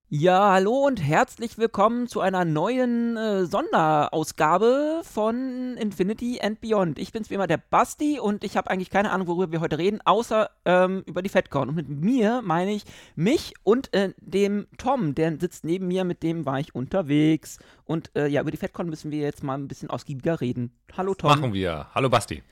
Ja, hallo und herzlich willkommen zu einer neuen Sonderausgabe von Infinity and Beyond. Ich bin's wie immer, der Basti, und ich habe eigentlich keine Ahnung, worüber wir heute reden, außer über die FedCon. Und mit mir meine ich mich und dem Tom, der sitzt neben mir, mit dem war ich unterwegs. Und ja, über die FedCon müssen wir jetzt mal ein bisschen ausgiebiger reden. Hallo Tom. Machen wir. Hallo Basti.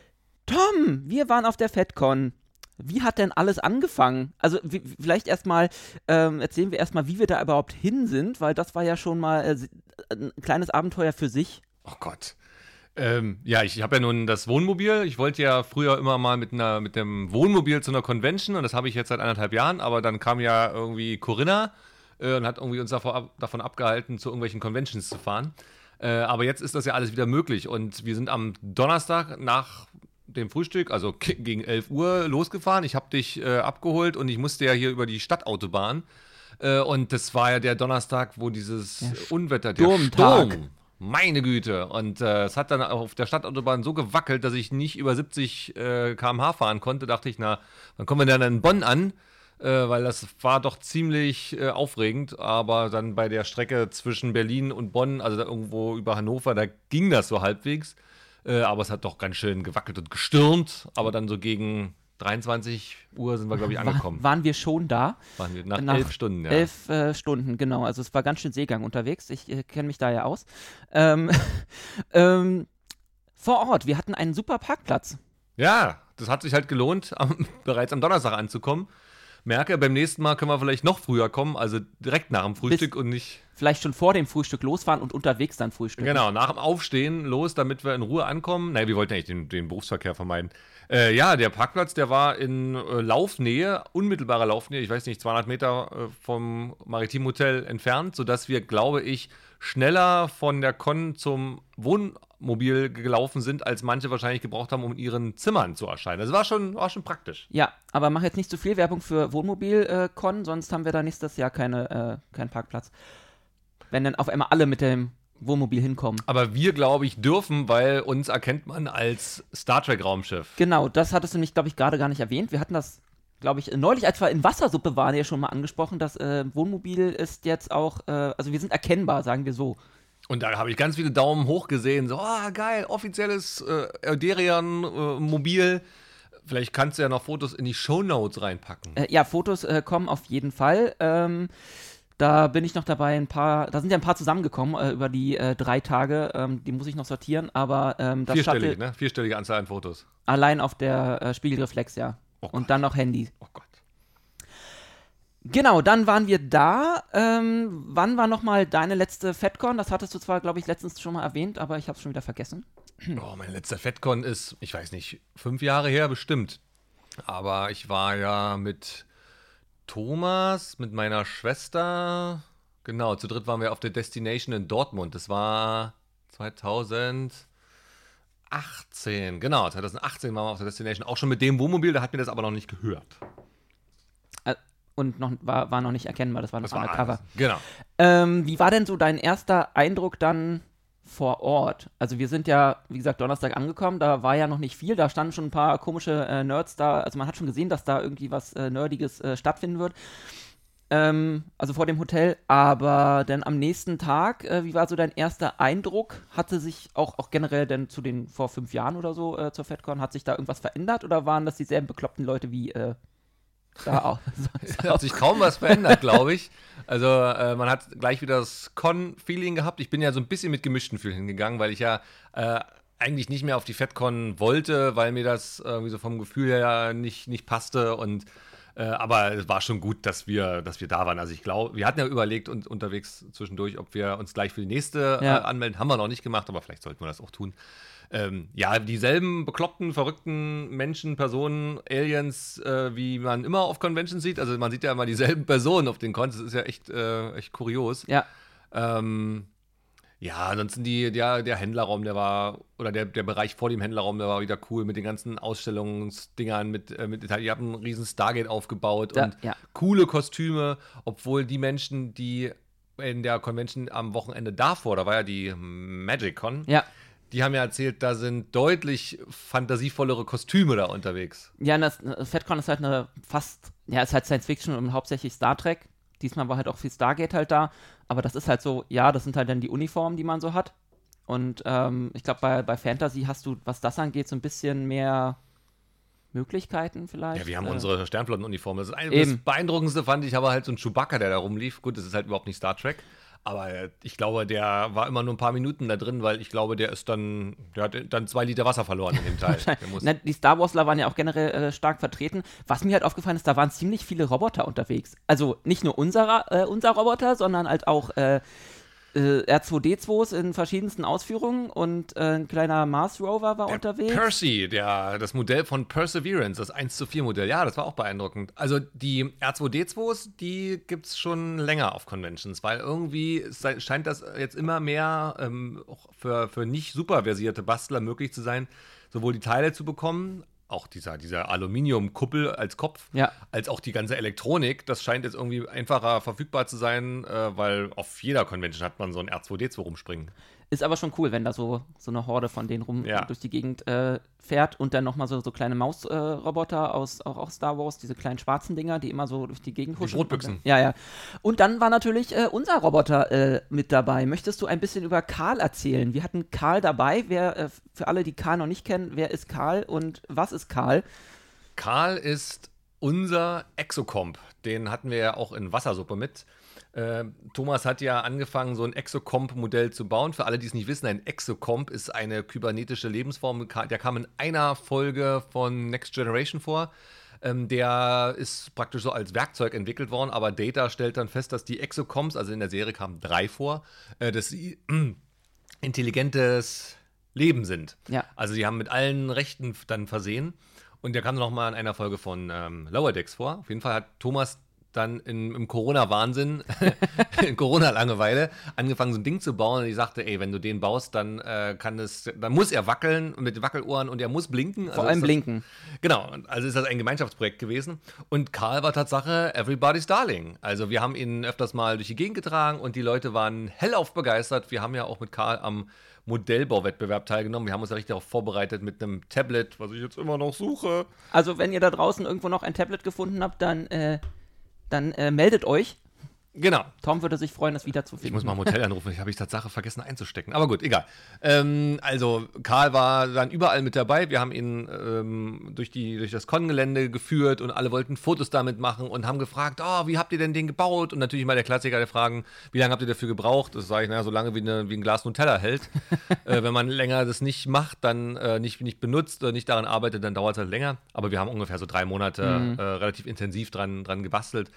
Tom, wir waren auf der FedCon. Wie hat denn alles angefangen? Also vielleicht erstmal erzählen wir erstmal, wie wir da überhaupt hin sind, weil das war ja schon mal ein kleines Abenteuer für sich. Oh Gott. Ja, ich habe ja nun das Wohnmobil. Ich wollte ja früher immer mal mit dem Wohnmobil zu einer Convention, und das habe ich jetzt seit 1,5 Jahren, aber dann kam ja irgendwie Corinna und hat irgendwie uns davon abgehalten, zu irgendwelchen Conventions zu fahren. Aber jetzt ist das ja alles wieder möglich, und wir sind am Donnerstag nach dem Frühstück, also gegen 11 Uhr losgefahren. Ich habe dich abgeholt, und ich musste ja hier über die Stadtautobahn. Und das war ja der Donnerstag, wo dieses Unwetter, der Sturmtag. Sturm, meine Güte. Und es hat dann auf der Stadtautobahn so gewackelt, dass ich nicht über 70 km/h fahren konnte. Dachte ich, na, wann kommen wir dann in Bonn an? Weil das war doch ziemlich aufregend. Aber dann bei der Strecke zwischen Berlin und Bonn, also da irgendwo über Hannover, da ging das so halbwegs. Aber es hat doch ganz schön gewackelt und gestürmt. Aber dann so gegen 23 Uhr sind wir, glaube ich, angekommen. Waren wir schon da? Waren wir nach 11 Stunden, ja. 11 Stunden, genau. Also es war ganz schön Seegang unterwegs. Ich kenne mich da ja aus. Ähm, ähm, vor Ort, wir hatten einen super Parkplatz. Ja, das hat sich halt gelohnt, bereits am Donnerstag anzukommen. Merke, beim nächsten Mal können wir vielleicht noch früher kommen, also direkt nach dem Frühstück und nicht. Vielleicht schon vor dem Frühstück losfahren und unterwegs dann frühstücken. Genau, nach dem Aufstehen los, damit wir in Ruhe ankommen. Nein, wir wollten eigentlich den Berufsverkehr vermeiden. Ja, der Parkplatz, der war in Laufnähe, unmittelbarer Laufnähe, ich weiß nicht, 200 Meter vom Maritim Hotel entfernt, sodass wir, glaube ich, schneller von der Con zum Wohnmobil gelaufen sind, als manche wahrscheinlich gebraucht haben, um in ihren Zimmern zu erscheinen. Das war schon praktisch. Ja, aber mach jetzt nicht zu viel Werbung für Wohnmobil-Con, sonst haben wir da nächstes Jahr keinen Parkplatz. Wenn dann auf einmal alle mit dem Wohnmobil hinkommen. Aber wir, glaube ich, dürfen, weil uns erkennt man als Star Trek-Raumschiff. Genau, das hattest du mich, glaube ich, gerade gar nicht erwähnt. Wir hatten das, glaube ich, neulich, als wir in Wassersuppe waren, ja schon mal angesprochen. Das Wohnmobil ist jetzt auch, also wir sind erkennbar, sagen wir so. Und da habe ich ganz viele Daumen hoch gesehen. So, geil, offizielles Euderian-Mobil. Vielleicht kannst du ja noch Fotos in die Shownotes reinpacken. Ja, Fotos kommen auf jeden Fall. Da bin ich noch dabei, da sind ja ein paar zusammengekommen über die 3 Tage. Die muss ich noch sortieren, aber das Vierstellige, Shuttle ne? Vierstellige Anzahl an Fotos. allein auf der Spiegelreflex, ja. Oh Und Gott. dann noch Handy. Oh Gott. Genau, dann waren wir da. Wann war nochmal deine letzte FedCon? Das hattest du zwar, glaube ich, letztens schon mal erwähnt, aber ich habe es schon wieder vergessen. Oh, mein letzter FedCon ist, ich weiß nicht, 5 Jahre her bestimmt. Aber ich war ja mit Thomas, mit meiner Schwester. Genau, zu dritt waren wir auf der Destination in Dortmund. Das war 2018. Genau, 2018 waren wir auf der Destination. Auch schon mit dem Wohnmobil, da hat mir das aber noch nicht gehört. Und war noch nicht erkennbar, das war noch Das war undercover. alles. Genau. Wie war denn so dein erster Eindruck dann vor Ort? Also wir sind ja, wie gesagt, Donnerstag angekommen, da war ja noch nicht viel, da standen schon ein paar komische Nerds da, also man hat schon gesehen, dass da irgendwie was Nerdiges stattfinden wird. Also vor dem Hotel, aber dann am nächsten Tag, wie war so dein erster Eindruck? Hatte sich auch generell denn zu den vor 5 Jahren oder so zur FedCon, hat sich da irgendwas verändert oder waren das dieselben bekloppten Leute wie da auch? Es hat sich kaum was verändert, glaube ich. Also man hat gleich wieder das Con-Feeling gehabt. Ich bin ja so ein bisschen mit gemischten Gefühlen hingegangen, weil ich ja eigentlich nicht mehr auf die FedCon wollte, weil mir das irgendwie so vom Gefühl her nicht passte. Aber es war schon gut, dass wir da waren. Also ich glaube, wir hatten ja überlegt und unterwegs zwischendurch, ob wir uns gleich für die nächste anmelden. Haben wir noch nicht gemacht, aber vielleicht sollten wir das auch tun. Ja, dieselben bekloppten, verrückten Menschen, Personen, Aliens, wie man immer auf Conventions sieht. Also man sieht ja immer dieselben Personen auf den Cons. Das ist ja echt kurios. Ja. Ja, ansonsten der Händlerraum, oder der Bereich vor dem Händlerraum, der war wieder cool mit den ganzen Ausstellungsdingern, ihr habt einen riesen Stargate aufgebaut und coole Kostüme, obwohl die Menschen, die in der Convention am Wochenende davor, da war ja die MagicCon, die haben ja erzählt, da sind deutlich fantasievollere Kostüme da unterwegs. Ja, das FedCon ist halt ist halt Science Fiction und hauptsächlich Star Trek. Diesmal war halt auch viel Stargate halt da, aber das ist halt so, ja, das sind halt dann die Uniformen, die man so hat. Und ich glaube, bei Fantasy hast du, was das angeht, so ein bisschen mehr Möglichkeiten vielleicht. Ja, wir haben unsere Sternflottenuniform. Das Beeindruckendste fand ich aber halt so ein Chewbacca, der da rumlief. Gut, das ist halt überhaupt nicht Star Trek. Aber ich glaube, der war immer nur ein paar Minuten da drin, weil ich glaube, der hat dann 2 Liter Wasser verloren in dem Teil. Die Star Warsler waren ja auch generell stark vertreten. Was mir halt aufgefallen ist, da waren ziemlich viele Roboter unterwegs. Also nicht nur unser Roboter, sondern halt auch R2D2s in verschiedensten Ausführungen und ein kleiner Mars Rover war unterwegs. Percy, das Modell von Perseverance, das 1:4 Modell, ja, das war auch beeindruckend. Also die R2D2s, die gibt es schon länger auf Conventions, weil irgendwie scheint das jetzt immer mehr auch für nicht super versierte Bastler möglich zu sein, sowohl die Teile zu bekommen, auch dieser Aluminiumkuppel als Kopf, als auch die ganze Elektronik, das scheint jetzt irgendwie einfacher verfügbar zu sein, weil auf jeder Convention hat man so ein R2D2 rumspringen. Ist aber schon cool, wenn da so eine Horde von denen durch die Gegend fährt und dann nochmal so kleine Mausroboter auch aus Star Wars, diese kleinen schwarzen Dinger, die immer so durch die Gegend huschen. Die Brotbüchsen. Ja. Und dann war natürlich unser Roboter mit dabei. Möchtest du ein bisschen über Karl erzählen? Wir hatten Karl dabei. Für alle, die Karl noch nicht kennen, wer ist Karl und was ist Karl? Karl ist unser Exocomp. Den hatten wir ja auch in Wassersuppe mit. Thomas hat ja angefangen, so ein Exocomp-Modell zu bauen. Für alle, die es nicht wissen, ein Exocomp ist eine kybernetische Lebensform. Der kam in einer Folge von Next Generation vor. Der ist praktisch so als Werkzeug entwickelt worden, aber Data stellt dann fest, dass die Exocomps, also in der Serie kamen 3 vor, dass sie intelligentes Leben sind. Ja. Also sie haben mit allen Rechten dann versehen. Und der kam noch mal in einer Folge von Lower Decks vor. Auf jeden Fall hat Thomas dann im Corona-Wahnsinn, in Corona-Langeweile, angefangen, so ein Ding zu bauen. Und ich sagte, ey, wenn du den baust, dann muss er wackeln mit Wackeluhren und er muss blinken. Vor allem blinken. Genau, also ist das ein Gemeinschaftsprojekt gewesen. Und Karl war Tatsache everybody's darling. Also wir haben ihn öfters mal durch die Gegend getragen und die Leute waren hellauf begeistert. Wir haben ja auch mit Karl am Modellbauwettbewerb teilgenommen. Wir haben uns ja richtig darauf vorbereitet mit einem Tablet, was ich jetzt immer noch suche. Also wenn ihr da draußen irgendwo noch ein Tablet gefunden habt, dann meldet euch. Genau. Tom würde sich freuen, das wiederzufinden. Ich muss mal im Hotel anrufen, ich habe Tatsache vergessen einzustecken. Aber gut, egal. Also Karl war dann überall mit dabei. Wir haben ihn durch das Con-Gelände geführt und alle wollten Fotos damit machen und haben gefragt, wie habt ihr denn den gebaut? Und natürlich mal der Klassiker, der Fragen, wie lange habt ihr dafür gebraucht? Das sage ich, so lange wie ein Glas Nutella hält. Wenn man länger das nicht macht, dann nicht benutzt oder nicht daran arbeitet, dann dauert es halt länger. Aber wir haben ungefähr so 3 Monate relativ intensiv dran gebastelt.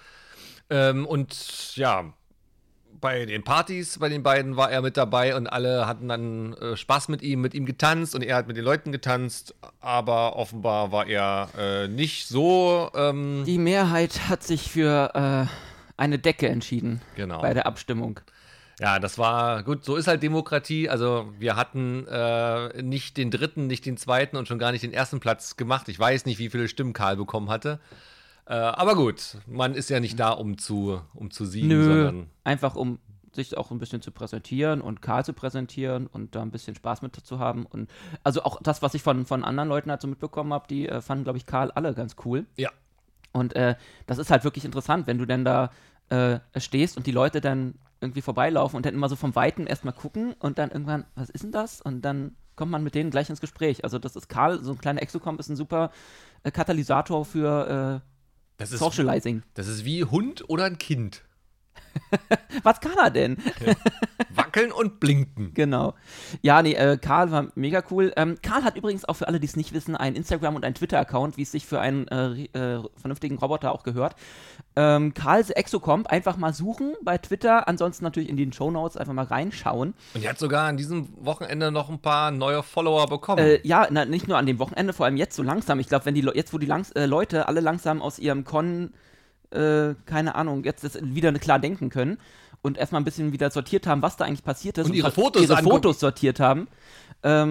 Und ja, bei den Partys, bei den beiden war er mit dabei und alle hatten dann Spaß mit ihm getanzt und er hat mit den Leuten getanzt, aber offenbar war er nicht so... Die Mehrheit hat sich für eine Decke entschieden bei der Abstimmung. Ja, das war gut, so ist halt Demokratie. Also wir hatten nicht den 3., nicht den 2. und schon gar nicht den 1. Platz gemacht. Ich weiß nicht, wie viele Stimmen Karl bekommen hatte. Aber gut, man ist ja nicht da, um zu siegen, sondern einfach um sich auch ein bisschen zu präsentieren und Karl zu präsentieren und da ein bisschen Spaß mit zu haben. Und also auch das, was ich von anderen Leuten halt so mitbekommen habe, die fanden, glaube ich, Karl alle ganz cool. Ja. Und das ist halt wirklich interessant, wenn du dann da stehst und die Leute dann irgendwie vorbeilaufen und dann immer so vom Weiten erstmal gucken und dann irgendwann, was ist denn das? Und dann kommt man mit denen gleich ins Gespräch. Also das ist Karl, so ein kleiner Exocomp ist ein super Katalysator für Socializing. Das ist wie Hund oder ein Kind. Was kann er denn? Ja. Wackeln und blinken. Genau. Ja, nee, Karl war mega cool. Karl hat übrigens auch für alle, die es nicht wissen, einen Instagram- und einen Twitter-Account, wie es sich für einen vernünftigen Roboter auch gehört. Karls Exocomp, einfach mal suchen bei Twitter, ansonsten natürlich in den Shownotes einfach mal reinschauen. Und er hat sogar an diesem Wochenende noch ein paar neue Follower bekommen. Ja, nicht nur an dem Wochenende, vor allem jetzt so langsam. Ich glaube, wenn jetzt, wo die Leute alle langsam aus ihrem Con keine Ahnung, jetzt das wieder klar denken können und erstmal ein bisschen wieder sortiert haben, was da eigentlich passiert ist. Und ihre Fotos sortiert haben,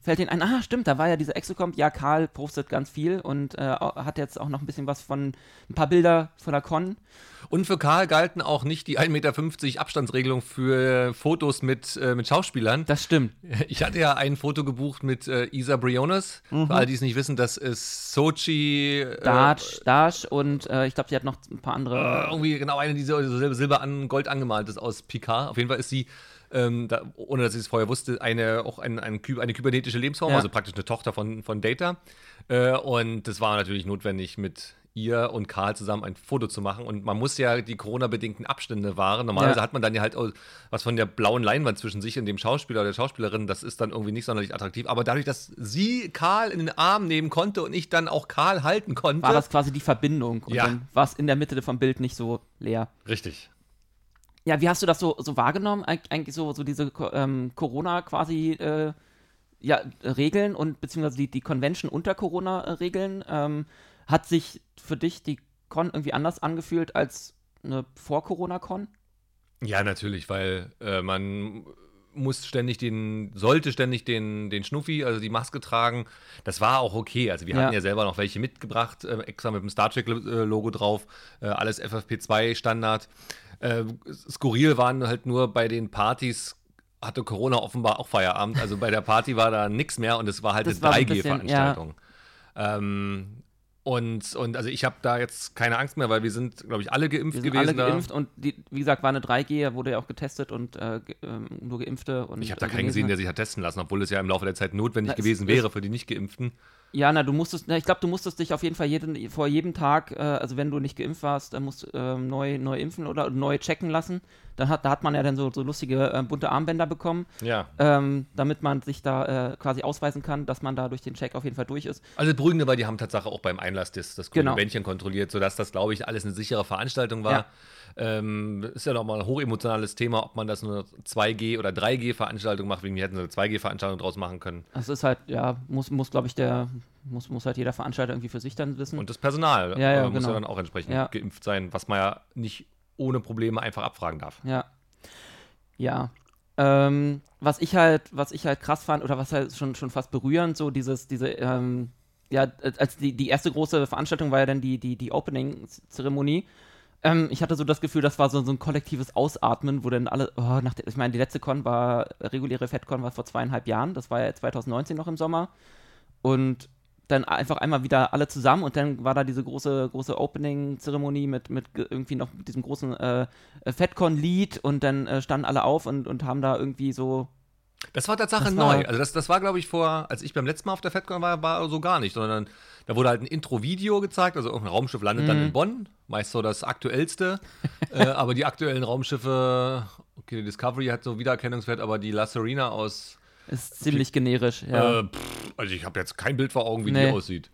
fällt ihnen ein, stimmt, da war ja diese Exocomp, ja, Karl postet ganz viel und hat jetzt auch noch ein bisschen was von, ein paar Bilder von der Con. Und für Karl galten auch nicht die 1,50 Meter Abstandsregelung für Fotos mit Schauspielern. Das stimmt. Ich hatte ja ein Foto gebucht mit Isa Briones. Für alle, die es nicht wissen, das ist Sochi. Dash und ich glaube, sie hat noch ein paar andere. Irgendwie genau eine, die so Silber an Gold angemalt ist aus Picard. Auf jeden Fall ist sie, ohne dass ich es vorher wusste, eine kybernetische Lebensform, also praktisch eine Tochter von Data. Und das war natürlich notwendig, mit ihr und Karl zusammen ein Foto zu machen. Und man muss ja die Corona-bedingten Abstände wahren. Normalerweise hat man dann ja halt was von der blauen Leinwand zwischen sich und dem Schauspieler oder der Schauspielerin. Das ist dann irgendwie nicht sonderlich attraktiv. Aber dadurch, dass sie Karl in den Arm nehmen konnte und ich dann auch Karl halten konnte, war das quasi die Verbindung. Und dann war es in der Mitte vom Bild nicht so leer. Richtig. Ja, wie hast du das so wahrgenommen? Eigentlich so diese Corona quasi Regeln und beziehungsweise die Convention unter Corona-Regeln. Hat sich für dich die Con irgendwie anders angefühlt als eine Vor-Corona-Con? Ja, natürlich, weil man sollte ständig den Schnuffi, also die Maske tragen. Das war auch okay. Also wir hatten ja selber noch welche mitgebracht, extra mit dem Star Trek-Logo drauf, alles FFP2-Standard. Skurril waren halt nur bei den Partys, hatte Corona offenbar auch Feierabend. Also bei der Party war da nichts mehr und es war halt eine 3G-Veranstaltung. Und also ich habe da jetzt keine Angst mehr, weil wir sind, glaube ich, alle geimpft gewesen. Alle geimpft und wie gesagt, war eine 3G, wurde ja auch getestet und nur Geimpfte. Und ich habe da keinen gesehen, der sich hat testen lassen, obwohl es ja im Laufe der Zeit notwendig gewesen wäre für die Nicht-Geimpften. Ja, ich glaube, du musstest dich auf jeden Fall vor jedem Tag, also wenn du nicht geimpft warst, dann musst neu impfen oder neu checken lassen. Da hat man ja dann so lustige bunte Armbänder bekommen, damit man sich da quasi ausweisen kann, dass man da durch den Check auf jeden Fall durch ist. Also das Beruhigende war, die haben Tatsache auch beim Einlass das grüne Bändchen kontrolliert, sodass das, glaube ich, alles eine sichere Veranstaltung war. Ist ja nochmal ein hochemotionales Thema, ob man das nur 2G oder 3G-Veranstaltung macht, wir hätten eine 2G-Veranstaltung draus machen können. Das ist halt, muss glaube ich, muss halt jeder Veranstalter irgendwie für sich dann wissen. Und das Personal muss ja dann auch entsprechend geimpft sein, was man ja nicht ohne Probleme einfach abfragen darf. Ja. Was ich halt krass fand, oder was halt schon fast berührend, so als die erste große Veranstaltung war ja dann die Opening-Zeremonie. Ich hatte so das Gefühl, das war so ein kollektives Ausatmen, wo dann alle, ich meine, die letzte reguläre FedCon war vor 2,5 Jahren, das war ja 2019 noch im Sommer. Und dann einfach einmal wieder alle zusammen und dann war da diese große Opening-Zeremonie mit irgendwie noch diesem großen FedCon-Lied und dann standen alle auf und haben da irgendwie so. Das war Tatsache neu. Also das war, glaube ich, als ich beim letzten Mal auf der FedCon war so gar nicht, sondern da wurde halt ein Intro-Video gezeigt, also irgendein Raumschiff landet dann in Bonn, meist so das aktuellste, aber die aktuellen Raumschiffe, okay, die Discovery hat so Wiedererkennungswert, aber die La Serena ist ziemlich generisch, ja. Also ich habe jetzt kein Bild vor Augen, wie die aussieht.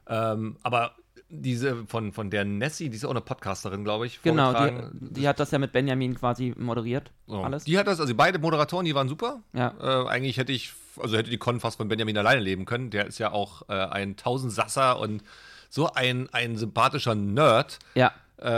Aber diese von der Nessie, die ist auch eine Podcasterin, glaube ich. Genau, die hat das ja mit Benjamin quasi moderiert, alles. Die hat das, also beide Moderatoren, die waren super. Ja. Eigentlich hätte die Con fast von Benjamin alleine leben können. Der ist ja auch ein Tausendsasser und so ein sympathischer Nerd. Ja.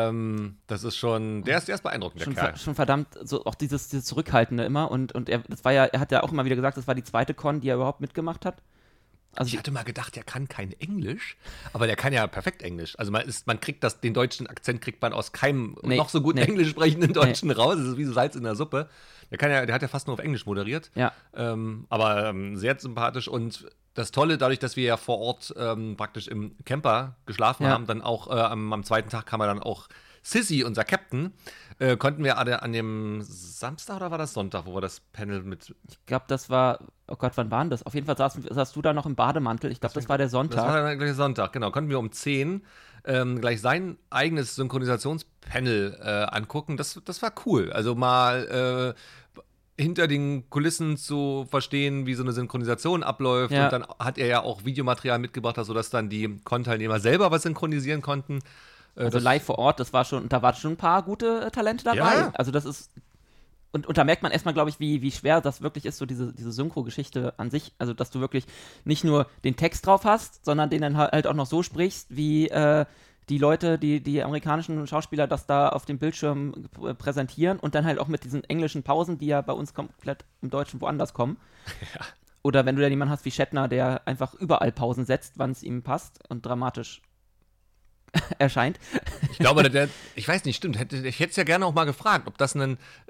Das ist schon, der ist beeindruckend, der Kerl. Schon verdammt, so auch dieses Zurückhaltende immer und er hat ja auch immer wieder gesagt, das war die zweite Con, die er überhaupt mitgemacht hat. Also ich hatte mal gedacht, der kann kein Englisch, aber der kann ja perfekt Englisch. Also man kriegt den deutschen Akzent kriegt man aus keinem noch so gut Englisch sprechenden Deutschen raus. Das ist wie so Salz in der Suppe. Der hat ja fast nur auf Englisch moderiert. Ja. Aber sehr sympathisch und das Tolle, dadurch, dass wir ja vor Ort praktisch im Camper geschlafen haben, dann auch am zweiten Tag kam dann auch Sissy, unser Captain, konnten wir an dem Samstag oder war das Sonntag, wo wir das Panel mit. Ich glaube, das war, oh Gott, wann war denn das? Auf jeden Fall saßt du da noch im Bademantel. Ich glaube, das war der Sonntag. Das war dann gleich Sonntag, genau. Konnten wir um 10 gleich sein eigenes Synchronisationspanel angucken. Das war cool. Also mal hinter den Kulissen zu verstehen, wie so eine Synchronisation abläuft. Und dann hat er ja auch Videomaterial mitgebracht, sodass dann die Con-Teilnehmer selber was synchronisieren konnten. Also live vor Ort, da waren schon ein paar gute Talente dabei. Ja. Also das ist, und da merkt man erstmal, glaube ich, wie schwer das wirklich ist, so diese Synchro-Geschichte an sich. Also, dass du wirklich nicht nur den Text drauf hast, sondern den dann halt auch noch so sprichst, wie die Leute, die amerikanischen Schauspieler das da auf dem Bildschirm präsentieren und dann halt auch mit diesen englischen Pausen, die ja bei uns komplett im Deutschen woanders kommen. Ja. Oder wenn du dann jemanden hast wie Shatner, der einfach überall Pausen setzt, wann es ihm passt und dramatisch erscheint. Ich glaube, ich weiß nicht, stimmt. Ich hätte es ja gerne auch mal gefragt, ob das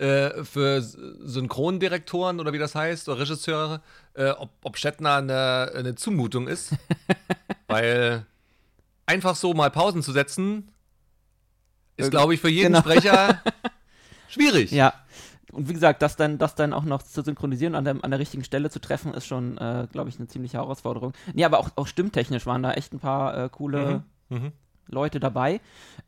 für Synchrondirektoren oder wie das heißt, oder Regisseure, ob Shatner eine Zumutung ist. Weil einfach so mal Pausen zu setzen, ist, glaube ich, für jeden Sprecher schwierig. Ja. Und wie gesagt, das dann auch noch zu synchronisieren und an der richtigen Stelle zu treffen, ist schon, glaube ich, eine ziemliche Herausforderung. Nee, aber auch stimmtechnisch waren da echt ein paar coole Leute dabei.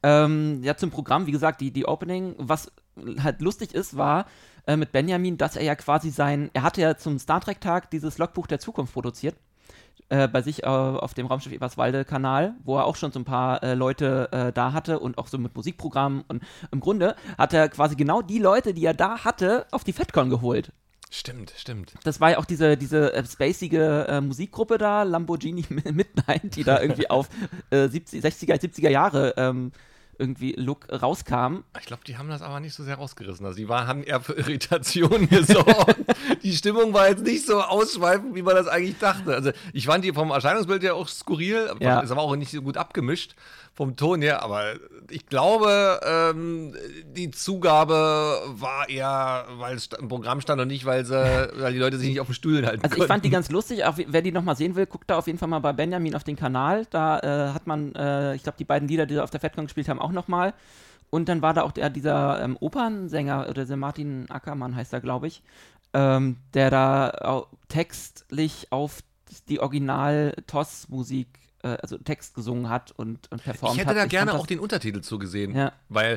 Ja, zum Programm, wie gesagt, die Opening, was halt lustig ist, war mit Benjamin, dass er ja quasi er hatte ja zum Star Trek-Tag dieses Logbuch der Zukunft produziert, bei sich auf dem Raumschiff Eberswalde-Kanal, wo er auch schon so ein paar Leute da hatte und auch so mit Musikprogrammen. Und im Grunde hat er quasi genau die Leute, die er da hatte, auf die FedCon geholt. Stimmt. Das war ja auch diese spacige Musikgruppe da, Lamborghini Midnight, die da irgendwie auf 60er, 70er Jahre irgendwie Look rauskam. Ich glaube, die haben das aber nicht so sehr rausgerissen. Also die haben eher für Irritationen gesorgt. Die Stimmung war jetzt nicht so ausschweifend, wie man das eigentlich dachte. Also ich fand die vom Erscheinungsbild ja auch skurril, aber es war auch nicht so gut abgemischt vom Ton her, aber ich glaube, die Zugabe war eher, weil es im Programm stand und nicht, weil die Leute sich nicht auf den Stühlen halten konnten. Ich fand die ganz lustig, auch wer die nochmal sehen will, guckt da auf jeden Fall mal bei Benjamin auf den Kanal, da hat man, ich glaube, die beiden Lieder, die da auf der FedCon gespielt haben, auch nochmal. Und dann war da auch dieser Opernsänger, oder der Martin Ackermann heißt er, glaube ich, der da textlich auf die Original-TOS-Musik, also Text gesungen hat und performt hat. Ich hätte da gerne auch den Untertitel zugesehen, weil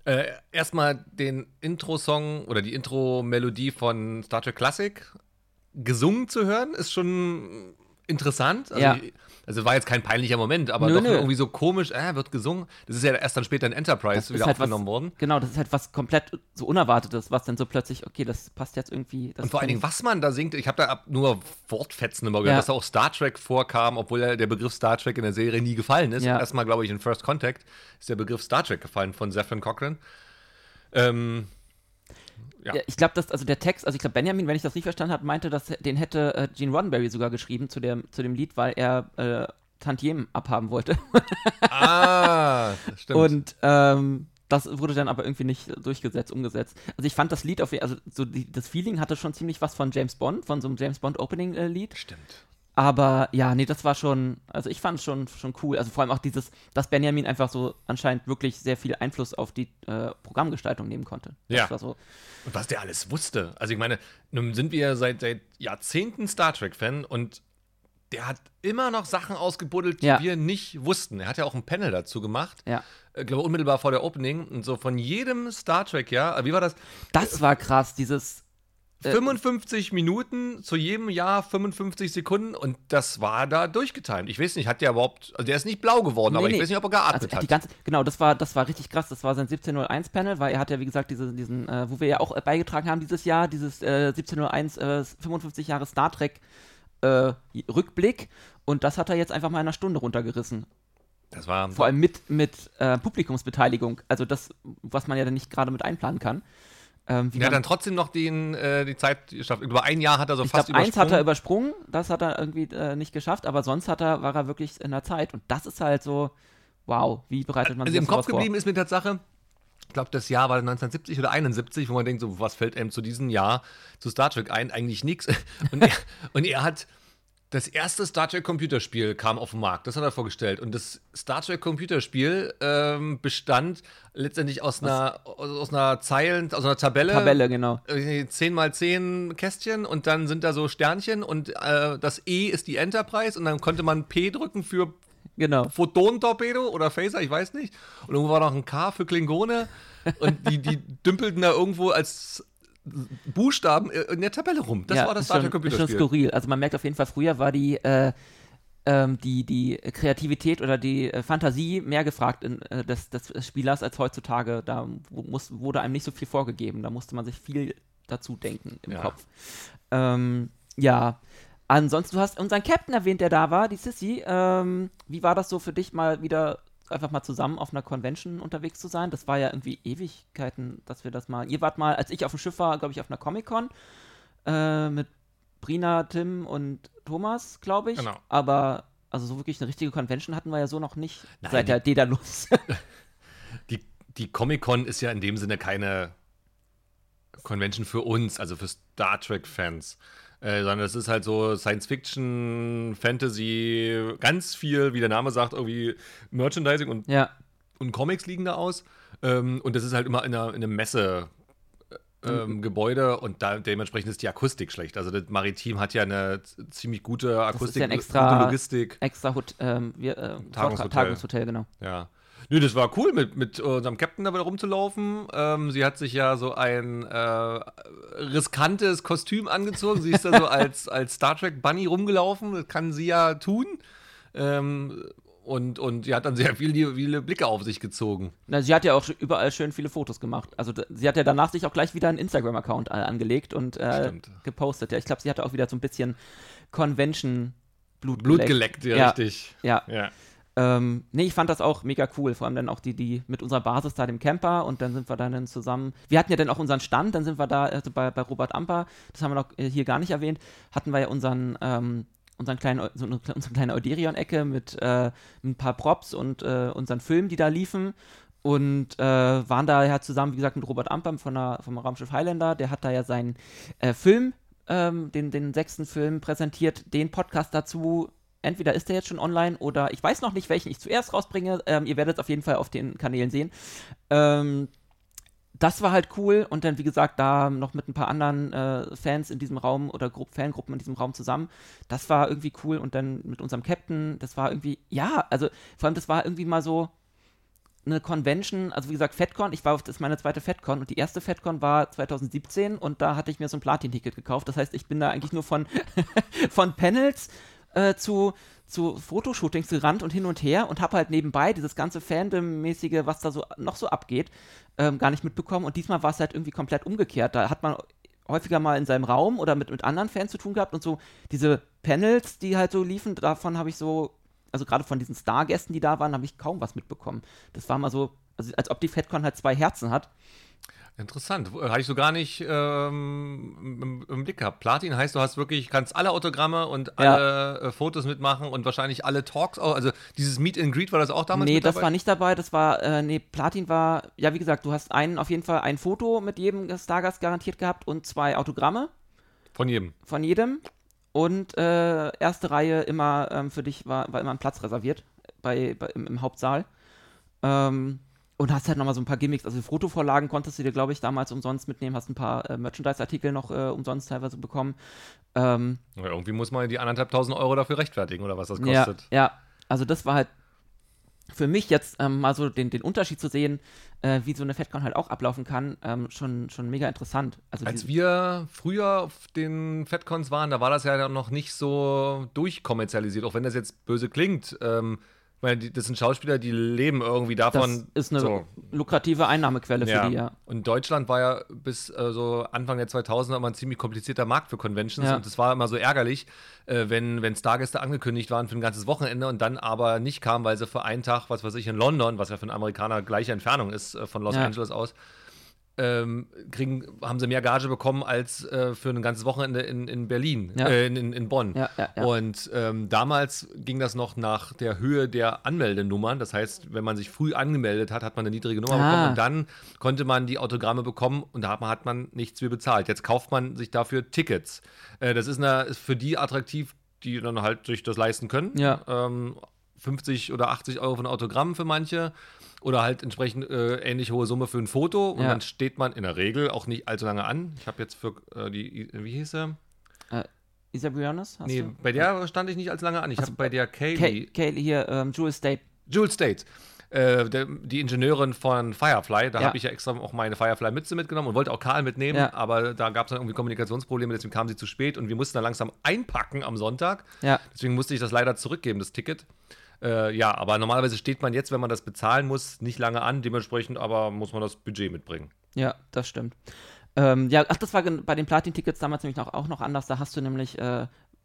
erstmal den Intro-Song oder die Intro-Melodie von Star Trek Classic gesungen zu hören, ist schon interessant. Also war jetzt kein peinlicher Moment, aber doch irgendwie so komisch, wird gesungen. Das ist ja erst dann später in Enterprise wieder aufgenommen worden. Genau, das ist halt was komplett so Unerwartetes, was dann so plötzlich, okay, das passt jetzt irgendwie. Und vor allen Dingen, was man da singt, ich habe da nur Wortfetzen immer gehört, dass da auch Star Trek vorkam, obwohl der Begriff Star Trek in der Serie nie gefallen ist. Ja. Erstmal, glaube ich, in First Contact ist der Begriff Star Trek gefallen von Zefram Cochrane. Ja, ich glaube, der Text, also ich glaube, Benjamin, wenn ich das richtig verstanden habe, meinte, den hätte Gene Roddenberry sogar geschrieben zu dem Lied, weil er Tantiemen abhaben wollte. Das stimmt. Und das wurde dann aber irgendwie nicht umgesetzt. Also ich fand das Lied, das Feeling hatte schon ziemlich was von James Bond, von so einem James Bond Opening-Lied. Stimmt. Aber ja, nee, das war schon, also ich fand es schon cool. Also vor allem auch dass Benjamin einfach so anscheinend wirklich sehr viel Einfluss auf die Programmgestaltung nehmen konnte. Das war so. Und was der alles wusste. Also ich meine, nun sind wir seit Jahrzehnten Star Trek-Fan und der hat immer noch Sachen ausgebuddelt, die wir nicht wussten. Er hat ja auch ein Panel dazu gemacht. Ja. Ich glaube, unmittelbar vor der Opening. Und so von jedem Star Trek-Jahr, wie war das? Das war krass, dieses 55 Minuten, zu jedem Jahr 55 Sekunden und das war da durchgetimt. Ich weiß nicht, hat der überhaupt, also der ist nicht blau geworden, aber ich weiß nicht, ob er geatmet hat. Genau, das war richtig krass, das war sein 1701-Panel, weil er hat ja, wie gesagt, diesen, wo wir ja auch beigetragen haben dieses Jahr, dieses 1701, 55 Jahre Star Trek Rückblick und das hat er jetzt einfach mal in einer Stunde runtergerissen. Das war vor allem mit Publikumsbeteiligung, also das, was man ja dann nicht gerade mit einplanen kann. Er hat dann trotzdem noch die Zeit geschafft. Über ein Jahr hat er fast übersprungen. Eins hat er übersprungen, das hat er irgendwie nicht geschafft, aber sonst war er wirklich in der Zeit. Und das ist halt so, wow, wie bereitet man sich das vor? Also im Kopf geblieben ist mir Tatsache, ich glaube, das Jahr war 1970 oder 71, wo man denkt, so, was fällt einem zu diesem Jahr zu Star Trek ein? Eigentlich nichts. Und er hat das erste Star Trek Computerspiel kam auf den Markt, das hat er vorgestellt. Und das Star Trek Computerspiel bestand letztendlich aus einer Tabelle. Tabelle, genau. 10x10 Kästchen und dann sind da so Sternchen und das E ist die Enterprise und dann konnte man P drücken für Photon-Torpedo oder Phaser, ich weiß nicht. Und irgendwo war noch ein K für Klingone und die dümpelten da irgendwo als Buchstaben in der Tabelle rum. Das war das Star Trek Computerspiel. Das ist schon skurril. Also man merkt auf jeden Fall, früher war die Kreativität oder die Fantasie mehr gefragt des Spielers als heutzutage. Da wurde einem nicht so viel vorgegeben. Da musste man sich viel dazu denken im Kopf. Ansonsten, du hast unseren Captain erwähnt, der da war, die Sissy. Wie war das so für dich, mal wieder einfach mal zusammen auf einer Convention unterwegs zu sein? Das war ja irgendwie Ewigkeiten, dass wir das mal. Ihr wart mal, als ich auf dem Schiff war, glaube ich, auf einer Comic-Con mit Brina, Tim und Thomas, glaube ich. Genau. Aber also so wirklich eine richtige Convention hatten wir ja so noch nicht, Nein, seit der Daedalus. Die Comic-Con ist ja in dem Sinne keine Convention für uns, also für Star Trek-Fans. Sondern es ist halt so Science-Fiction, Fantasy, ganz viel, wie der Name sagt, irgendwie Merchandising und Ja. Comics liegen da aus. Und das ist halt immer in einem Gebäude und dementsprechend ist die Akustik schlecht. Also das Maritim hat ja eine ziemlich gute Akustik, ein extra- gute Logistik. Extra Tagungshotel, genau. Ja. Nö, das war cool, mit unserem Captain da wieder rumzulaufen. Sie hat sich ja so ein riskantes Kostüm angezogen. Sie ist da so als Star Trek Bunny rumgelaufen. Das kann sie ja tun. Und sie hat dann sehr viele Blicke auf sich gezogen. Na, sie hat ja auch überall schön viele Fotos gemacht. Also sie hat ja danach sich auch gleich wieder einen Instagram-Account angelegt und gepostet. Ja, ich glaube, sie hatte auch wieder so ein bisschen Convention-Blut geleckt, ja, richtig. Ja. Nee, ich fand das auch mega cool. Vor allem dann auch die mit unserer Basis da, dem Camper. Und dann sind wir dann zusammen. Wir hatten ja dann auch unseren Stand. Dann sind wir da bei Robert Amper. Das haben wir noch hier gar nicht erwähnt. Hatten wir ja unsere kleine Euderion-Ecke mit ein paar Props und unseren Filmen, die da liefen. Und waren da ja zusammen, wie gesagt, mit Robert Amper vom Raumschiff Highlander. Der hat da ja seinen Film, den 6. Film präsentiert. Den Podcast dazu. Entweder ist der jetzt schon online oder ich weiß noch nicht, welchen ich zuerst rausbringe. Ihr werdet es auf jeden Fall auf den Kanälen sehen. Das war halt cool und dann, wie gesagt, da noch mit ein paar anderen Fans in diesem Raum oder Fangruppen in diesem Raum zusammen. Das war irgendwie cool und dann mit unserem Captain, das war irgendwie, ja, also vor allem das war irgendwie mal so eine Convention, also wie gesagt, FedCon, das ist meine zweite FedCon und die erste FedCon war 2017 und da hatte ich mir so ein Platin-Ticket gekauft. Das heißt, ich bin da eigentlich nur von Panels zu Fotoshootings gerannt und hin und her und habe halt nebenbei dieses ganze Fandom-mäßige, was da so noch so abgeht, gar nicht mitbekommen. Und diesmal war es halt irgendwie komplett umgekehrt. Da hat man häufiger mal in seinem Raum oder mit anderen Fans zu tun gehabt und so diese Panels, die halt so liefen, davon habe ich so, also gerade von diesen Stargästen, die da waren, habe ich kaum was mitbekommen. Das war mal so, also als ob die FedCon halt 2 Herzen hat. Interessant. Hatte ich so gar nicht im Blick gehabt. Platin heißt, kannst alle Autogramme und alle Fotos mitmachen und wahrscheinlich alle Talks auch. Also dieses Meet and Greet, war das auch damals mit dabei? Nee, das war nicht dabei. Das war, Platin war, ja, wie gesagt, du hast auf jeden Fall ein Foto mit jedem Stargast garantiert gehabt und 2 Autogramme. Von jedem? Von jedem. Und erste Reihe immer für dich war immer ein Platz reserviert im Hauptsaal. Und hast halt nochmal so ein paar Gimmicks, also Fotovorlagen konntest du dir, glaube ich, damals umsonst mitnehmen, hast ein paar Merchandise-Artikel noch umsonst teilweise bekommen. Ja, irgendwie muss man die 1.500 € dafür rechtfertigen, oder was das kostet. Ja, also das war halt für mich jetzt mal so den Unterschied zu sehen, wie so eine FedCon halt auch ablaufen kann, schon mega interessant. Also als wir früher auf den FedCons waren, da war das ja noch nicht so durchkommerzialisiert, auch wenn das jetzt böse klingt. Weil das sind Schauspieler, die leben irgendwie davon. Das ist eine lukrative Einnahmequelle für die, ja. Und Deutschland war ja bis so Anfang der 2000er immer ein ziemlich komplizierter Markt für Conventions. Und das war immer so ärgerlich, wenn Stargäste angekündigt waren für ein ganzes Wochenende und dann aber nicht kamen, weil sie für einen Tag, was weiß ich, in London, was ja für einen Amerikaner gleiche Entfernung ist von Los Angeles aus, haben sie mehr Gage bekommen als für ein ganzes Wochenende in Berlin, in Bonn. Ja. Und damals ging das noch nach der Höhe der Anmeldenummern. Das heißt, wenn man sich früh angemeldet hat, hat man eine niedrige Nummer bekommen und dann konnte man die Autogramme bekommen und da hat man nichts mehr bezahlt. Jetzt kauft man sich dafür Tickets. Das ist für die attraktiv, die dann halt sich das leisten können. Ja. 50 oder 80 € für ein Autogramm für manche. Oder halt entsprechend ähnlich hohe Summe für ein Foto. Und dann steht man in der Regel auch nicht allzu lange an. Ich habe jetzt für wie hieß sie? Isa Briones? Nee, bei der stand ich nicht allzu lange an. Ich habe bei der Kaylee hier, Jewel State. Jewel State. Die Ingenieurin von Firefly. Da habe ich ja extra auch meine Firefly-Mütze mitgenommen und wollte auch Karl mitnehmen. Ja. Aber da gab es dann irgendwie Kommunikationsprobleme. Deswegen kam sie zu spät. Und wir mussten dann langsam einpacken am Sonntag. Ja. Deswegen musste ich das leider zurückgeben, das Ticket. Aber normalerweise steht man jetzt, wenn man das bezahlen muss, nicht lange an. Dementsprechend aber muss man das Budget mitbringen. Ja, das stimmt. Das war bei den Platin-Tickets damals nämlich auch noch anders. Da hast du nämlich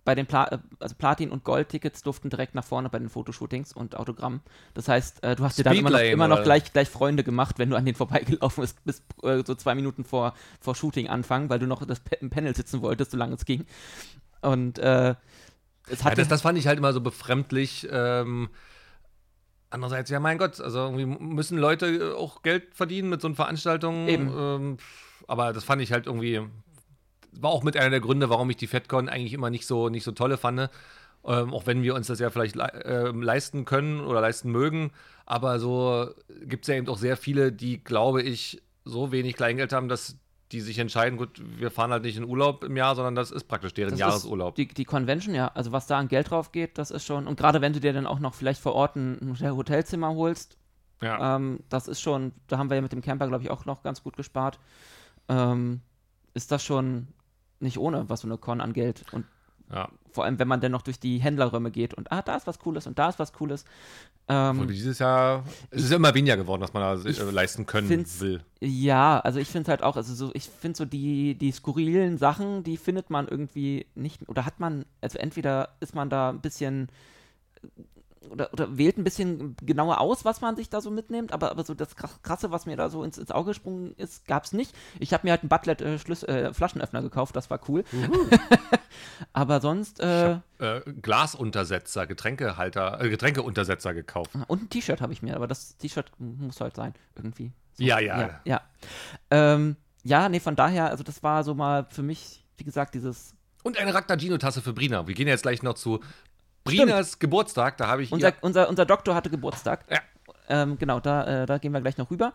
bei den also Platin- und Gold-Tickets durften direkt nach vorne bei den Fotoshootings und Autogramm. Das heißt, du hast dir dann immer noch gleich Freunde gemacht, wenn du an denen vorbeigelaufen bist, bis so 2 Minuten vor Shooting anfangen, weil du noch im Panel sitzen wolltest, solange es ging. Und das fand ich halt immer so befremdlich. Andererseits, ja, mein Gott, also irgendwie müssen Leute auch Geld verdienen mit so einer Veranstaltung. Eben. Aber das fand ich halt irgendwie, war auch mit einer der Gründe, warum ich die FedCon eigentlich immer nicht so tolle fand. Auch wenn wir uns das ja vielleicht leisten können oder leisten mögen. Aber so gibt es ja eben auch sehr viele, die, glaube ich, so wenig Kleingeld haben, dass die sich entscheiden, gut, wir fahren halt nicht in Urlaub im Jahr, sondern das ist praktisch deren Jahresurlaub. Die Convention, ja, also was da an Geld drauf geht, das ist schon, und gerade wenn du dir dann auch noch vielleicht vor Ort ein Hotelzimmer holst, ja. Das ist schon, da haben wir ja mit dem Camper, glaube ich, auch noch ganz gut gespart, ist das schon nicht ohne, was so eine Con an Geld, und vor allem, wenn man dann noch durch die Händlerräume geht und da ist was Cooles und da ist was Cooles. Dieses Jahr es ist ja immer weniger geworden, was man da leisten können will. Ja, also ich finde es halt auch, ich finde so die skurrilen Sachen, die findet man irgendwie nicht, oder hat man, also entweder ist man da ein bisschen oder wählt ein bisschen genauer aus, was man sich da so mitnimmt, aber so das Krasse, was mir da so ins Auge gesprungen ist, gab es nicht. Ich habe mir halt einen Butlet Flaschenöffner gekauft, das war cool. Aber sonst Glasuntersetzer, Getränkeuntersetzer gekauft. Und ein T-Shirt habe ich mir, aber das T-Shirt muss halt sein, irgendwie. So, ja. Nee, von daher, also das war so mal für mich, wie gesagt, dieses... Und eine Ragnagino-Tasse für Brina. Wir gehen jetzt gleich noch zu Brinas Geburtstag, da habe ich unser Doktor hatte Geburtstag. Ja. Genau, da gehen wir gleich noch rüber.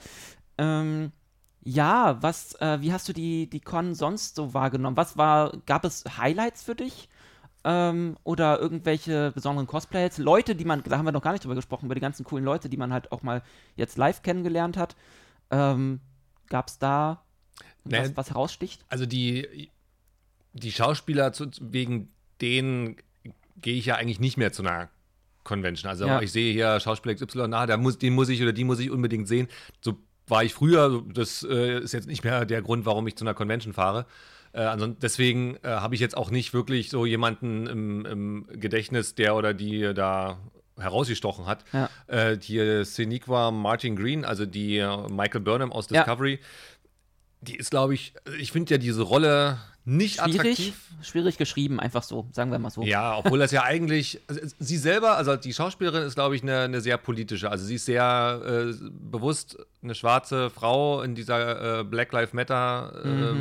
Wie hast du die Con sonst so wahrgenommen? Gab es Highlights für dich? Oder irgendwelche besonderen Cosplays? Leute, da haben wir noch gar nicht drüber gesprochen, über die ganzen coolen Leute, die man halt auch mal jetzt live kennengelernt hat. Gab es da was heraussticht? Also die Schauspieler, wegen denen gehe ich ja eigentlich nicht mehr zu einer Convention. Also ich sehe hier Schauspieler XY, den muss ich oder die muss ich unbedingt sehen. So war ich früher, das ist jetzt nicht mehr der Grund, warum ich zu einer Convention fahre. Deswegen habe ich jetzt auch nicht wirklich so jemanden im Gedächtnis, der oder die da herausgestochen hat. Ja. Hier Sonequa Martin Green, also die Michael Burnham aus Discovery, die ist, glaube ich finde ja diese Rolle nicht attraktiv. Schwierig geschrieben, einfach so, sagen wir mal so. Ja, obwohl das ja eigentlich, sie selber, also die Schauspielerin ist, glaube ich, eine sehr politische, also sie ist sehr bewusst eine schwarze Frau in dieser Black Lives Matter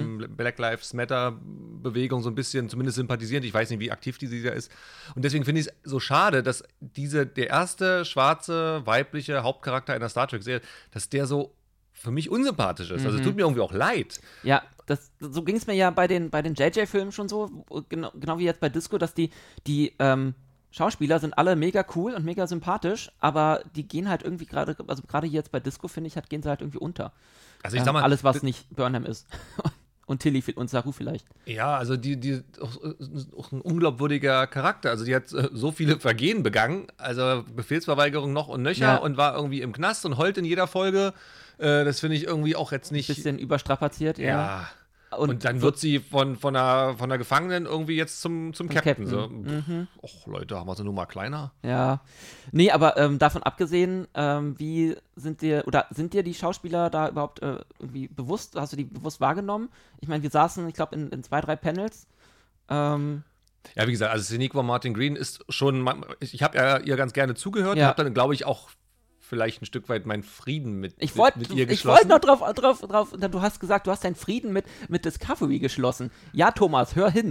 Bewegung so ein bisschen zumindest sympathisierend. Ich weiß nicht, wie aktiv die da ist. Und deswegen finde ich es so schade, dass der erste schwarze, weibliche Hauptcharakter einer Star Trek-Serie, dass der so für mich unsympathisch ist. Also es tut mir irgendwie auch leid. Ja, so ging es mir ja bei den JJ-Filmen schon so, genau wie jetzt bei Disco, dass die Schauspieler sind alle mega cool und mega sympathisch, aber die gehen halt irgendwie gerade jetzt bei Disco, finde ich, gehen sie halt irgendwie unter. Also ich sag mal, alles, was nicht Burnham ist. Und Tilly und Saru vielleicht. Ja, also die auch ein unglaubwürdiger Charakter. Also die hat so viele Vergehen begangen, also Befehlsverweigerung noch und nöcher und war irgendwie im Knast und heult in jeder Folge. Das finde ich irgendwie auch jetzt nicht... Bisschen überstrapaziert, ja. Und dann wird sie von der Gefangenen irgendwie jetzt zum Captain. So. Och, Leute, haben wir sie nur mal kleiner? Ja. Nee, aber davon abgesehen, sind dir die Schauspieler da überhaupt irgendwie bewusst, hast du die bewusst wahrgenommen? Ich meine, wir saßen, ich glaube, in 2, 3 Panels. Ja, wie gesagt, also Sonequa Martin Green ist schon, ich habe ja ihr ganz gerne zugehört und habe dann, glaube ich, auch vielleicht ein Stück weit meinen Frieden mit ihr geschlossen. Ich wollte noch drauf, du hast gesagt, du hast deinen Frieden mit Discovery geschlossen. Ja, Thomas, hör hin.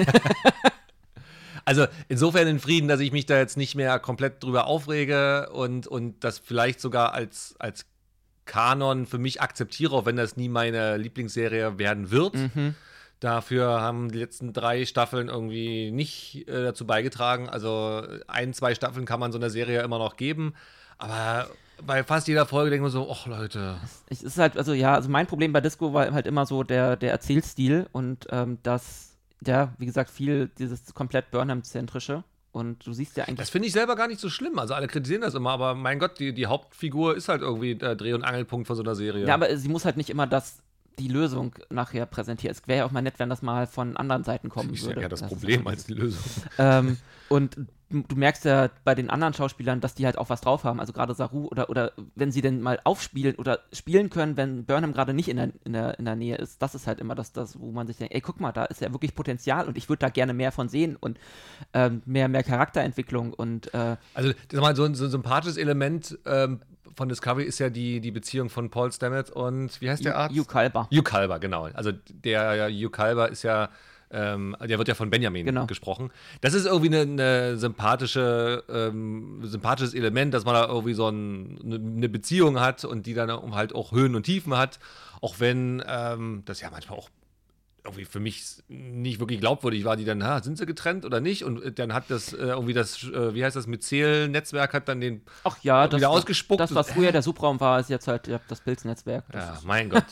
Also insofern in Frieden, dass ich mich da jetzt nicht mehr komplett drüber aufrege und das vielleicht sogar als Kanon für mich akzeptiere, auch wenn das nie meine Lieblingsserie werden wird. Dafür haben die letzten 3 Staffeln irgendwie nicht dazu beigetragen. Also 1, 2 Staffeln kann man so einer Serie immer noch geben. Aber bei fast jeder Folge denken wir so, ach Leute. Es ist halt, also mein Problem bei Disco war halt immer so der Erzählstil und wie gesagt, viel dieses komplett Burnham-zentrische. Und du siehst ja eigentlich... Das finde ich selber gar nicht so schlimm. Also alle kritisieren das immer, aber mein Gott, die Hauptfigur ist halt irgendwie der Dreh- und Angelpunkt von so einer Serie. Ja, aber sie muss halt nicht immer das die Lösung nachher präsentiert. Es wäre ja auch mal nett, wenn das mal von anderen Seiten kommen Ich würde. sehe ja das Problem als die Lösung. Und du merkst ja bei den anderen Schauspielern, dass die halt auch was drauf haben. Also gerade Saru oder wenn sie denn mal aufspielen oder spielen können, wenn Burnham gerade nicht in der Nähe ist. Das ist halt immer das, wo man sich denkt, ey, guck mal, da ist ja wirklich Potenzial und ich würde da gerne mehr von sehen und mehr Charakterentwicklung und Also, das ist mal so ein sympathisches Element von Discovery ist ja die Beziehung von Paul Stamets und wie heißt der Arzt? Hugh Culber. Hugh Culber, genau. Also der Hugh Culber ist ja, der wird ja von Benjamin gesprochen. Das ist irgendwie ein sympathisches Element, dass man da irgendwie so eine Beziehung hat und die dann halt auch Höhen und Tiefen hat. Auch wenn das ja manchmal auch irgendwie für mich nicht wirklich glaubwürdig war, die dann, sind sie getrennt oder nicht? Und dann hat das irgendwie wie heißt das, Myzel-Netzwerk hat dann den wieder ausgespuckt. Das, was früher der Subraum war, ist jetzt halt das Pilznetzwerk. Ja, mein Gott.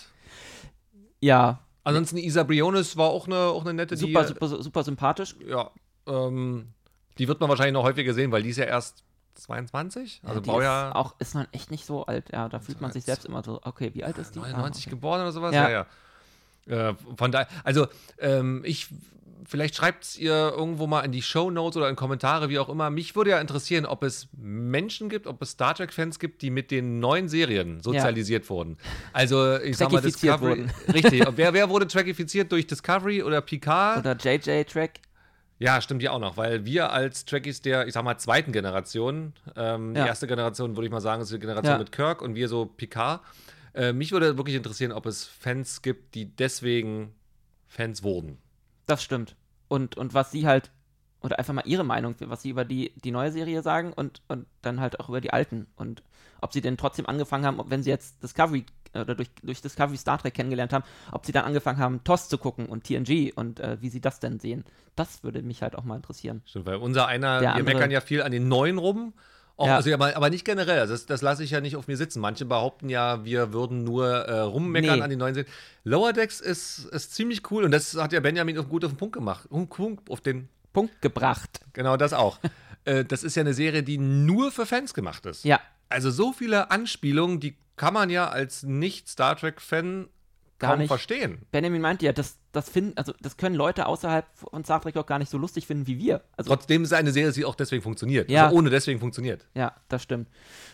Ja. Ansonsten Isa Briones war auch eine nette, super sympathisch. Ja, die wird man wahrscheinlich noch häufiger sehen, weil die ist ja erst 22, also Baujahr. Ist man echt nicht so alt, ja, da fühlt man sich selbst immer so, okay, wie alt ist die? 99 geboren oder sowas? Ja. Von daher, also vielleicht schreibt es ihr irgendwo mal in die Shownotes oder in Kommentare, wie auch immer. Mich würde ja interessieren, ob es Menschen gibt, ob es Star Trek-Fans gibt, die mit den neuen Serien sozialisiert wurden. Also, ich sag mal, Discovery. Richtig. Wer wurde trackifiziert durch Discovery oder Picard? Oder JJ-Track? Ja, stimmt ja auch noch, weil wir als Trekkies der, ich sag mal, zweiten Generation, die erste Generation, würde ich mal sagen, ist die Generation mit Kirk und wir so Picard. Mich würde wirklich interessieren, ob es Fans gibt, die deswegen Fans wurden. Das stimmt. Und was sie halt, oder einfach mal ihre Meinung, was sie über die neue Serie sagen und dann halt auch über die alten. Und ob sie denn trotzdem angefangen haben, wenn sie jetzt Discovery oder durch Discovery Star Trek kennengelernt haben, ob sie dann angefangen haben, TOS zu gucken und TNG und wie sie das denn sehen. Das würde mich halt auch mal interessieren. Stimmt, weil wir meckern ja viel an den Neuen rum. Also, aber nicht generell, also das lasse ich ja nicht auf mir sitzen. Manche behaupten ja, wir würden nur rummeckern an den neuen Serien. Lower Decks ist ziemlich cool und das hat ja Benjamin gut auf den Punkt gemacht. Auf den Punkt gebracht. Genau, das auch. Das ist ja eine Serie, die nur für Fans gemacht ist. Ja. Also so viele Anspielungen, die kann man ja als Nicht-Star Trek-Fan kaum verstehen. Benjamin meint ja, das können Leute außerhalb von Star Trek auch gar nicht so lustig finden wie wir. Also, trotzdem ist eine Serie, die auch deswegen funktioniert. Ja. Also ohne deswegen funktioniert. Ja, das stimmt.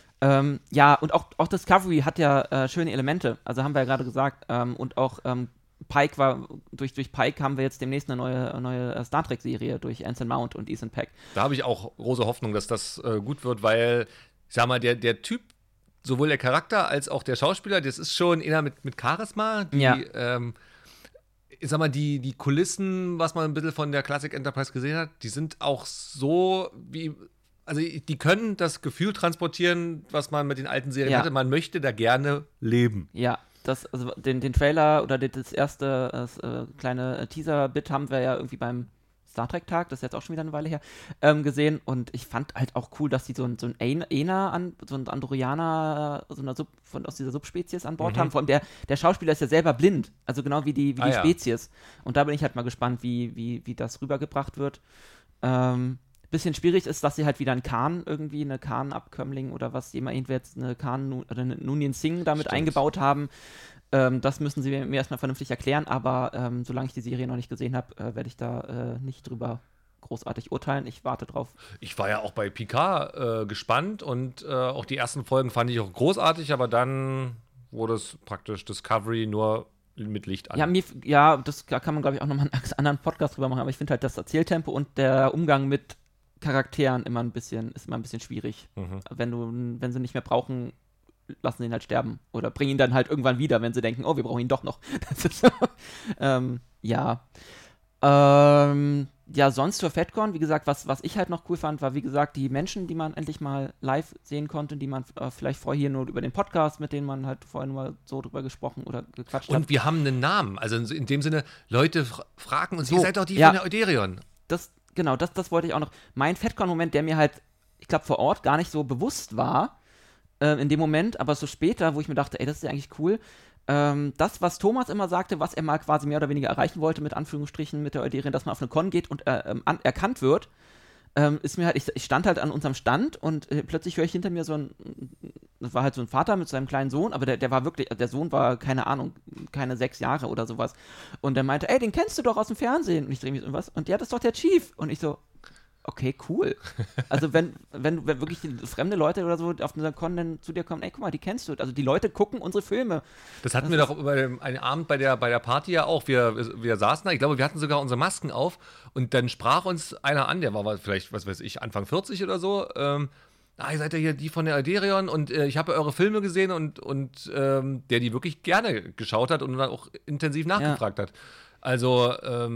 Ja, und auch Discovery hat ja schöne Elemente. Also haben wir ja gerade gesagt. Und auch Pike war, durch Pike haben wir jetzt demnächst eine neue Star Trek-Serie durch Anson Mount und Ethan Peck. Da habe ich auch große Hoffnung, dass das gut wird, weil, ich sag mal, der Typ, sowohl der Charakter als auch der Schauspieler, das ist schon eher mit Charisma. Ich sag mal, die Kulissen, was man ein bisschen von der Classic Enterprise gesehen hat, die sind auch so also die können das Gefühl transportieren, was man mit den alten Serien hatte. Man möchte da gerne leben. Ja, also den Trailer oder das erste kleine Teaser-Bit haben wir ja irgendwie beim Star Trek-Tag, das ist jetzt auch schon wieder eine Weile her, gesehen und ich fand halt auch cool, dass die so ein Andorianer, aus dieser Subspezies an Bord haben. Vor allem der Schauspieler ist ja selber blind, also genau wie die Spezies. Und da bin ich halt mal gespannt, wie das rübergebracht wird. Bisschen schwierig ist, dass sie halt wieder eine Khan-Abkömmling oder was jemand jetzt eine Khan oder eine Nunien Singh damit eingebaut haben. Das müssen sie mir erstmal vernünftig erklären, aber solange ich die Serie noch nicht gesehen habe, werde ich da nicht drüber großartig urteilen. Ich warte drauf. Ich war ja auch bei Picard gespannt und auch die ersten Folgen fand ich auch großartig, aber dann wurde es praktisch Discovery nur mit Licht an. Da kann man, glaube ich, auch nochmal einen anderen Podcast drüber machen, aber ich finde halt das Erzähltempo und der Umgang mit Charakteren immer ein bisschen schwierig. Wenn sie nicht mehr brauchen, lassen sie ihn halt sterben. Oder bringen ihn dann halt irgendwann wieder, wenn sie denken, oh, wir brauchen ihn doch noch. Das ist so. Sonst für FedCon, wie gesagt, was ich halt noch cool fand, war, wie gesagt, die Menschen, die man endlich mal live sehen konnte, die man vielleicht vorher hier nur über den Podcast, mit denen man halt vorher nur so drüber gesprochen oder gequatscht hat. Und wir haben einen Namen. Also in dem Sinne, Leute fragen uns, ihr seid doch die von der Euderion. Das wollte ich auch noch. Mein FedCon-Moment, der mir halt, ich glaube, vor Ort gar nicht so bewusst war, in dem Moment, aber so später, wo ich mir dachte, ey, das ist ja eigentlich cool, das, was Thomas immer sagte, was er mal quasi mehr oder weniger erreichen wollte, mit Anführungsstrichen, mit der Euderion, dass man auf eine Con geht und erkannt wird, ist mir halt, ich stand halt an unserem Stand und plötzlich höre ich hinter mir so ein das war halt so ein Vater mit seinem kleinen Sohn, aber der war wirklich, der Sohn war, keine Ahnung, keine 6 Jahre oder sowas. Und der meinte, ey, den kennst du doch aus dem Fernsehen. Und ich drehe mich so, was? Und der, das ist doch der Chief. Und ich so, okay, cool. Also wenn wirklich fremde Leute oder so auf unseren Con dann zu dir kommen, ey, guck mal, die kennst du. Also die Leute gucken unsere Filme. Das hatten wir doch über einen Abend bei der Party ja auch. Wir saßen da, ich glaube, wir hatten sogar unsere Masken auf und dann sprach uns einer an, der war vielleicht, was weiß ich, Anfang 40 oder so. Ihr seid ja hier die von der Alderion und ich habe eure Filme gesehen und der die wirklich gerne geschaut hat und dann auch intensiv nachgefragt hat. Also,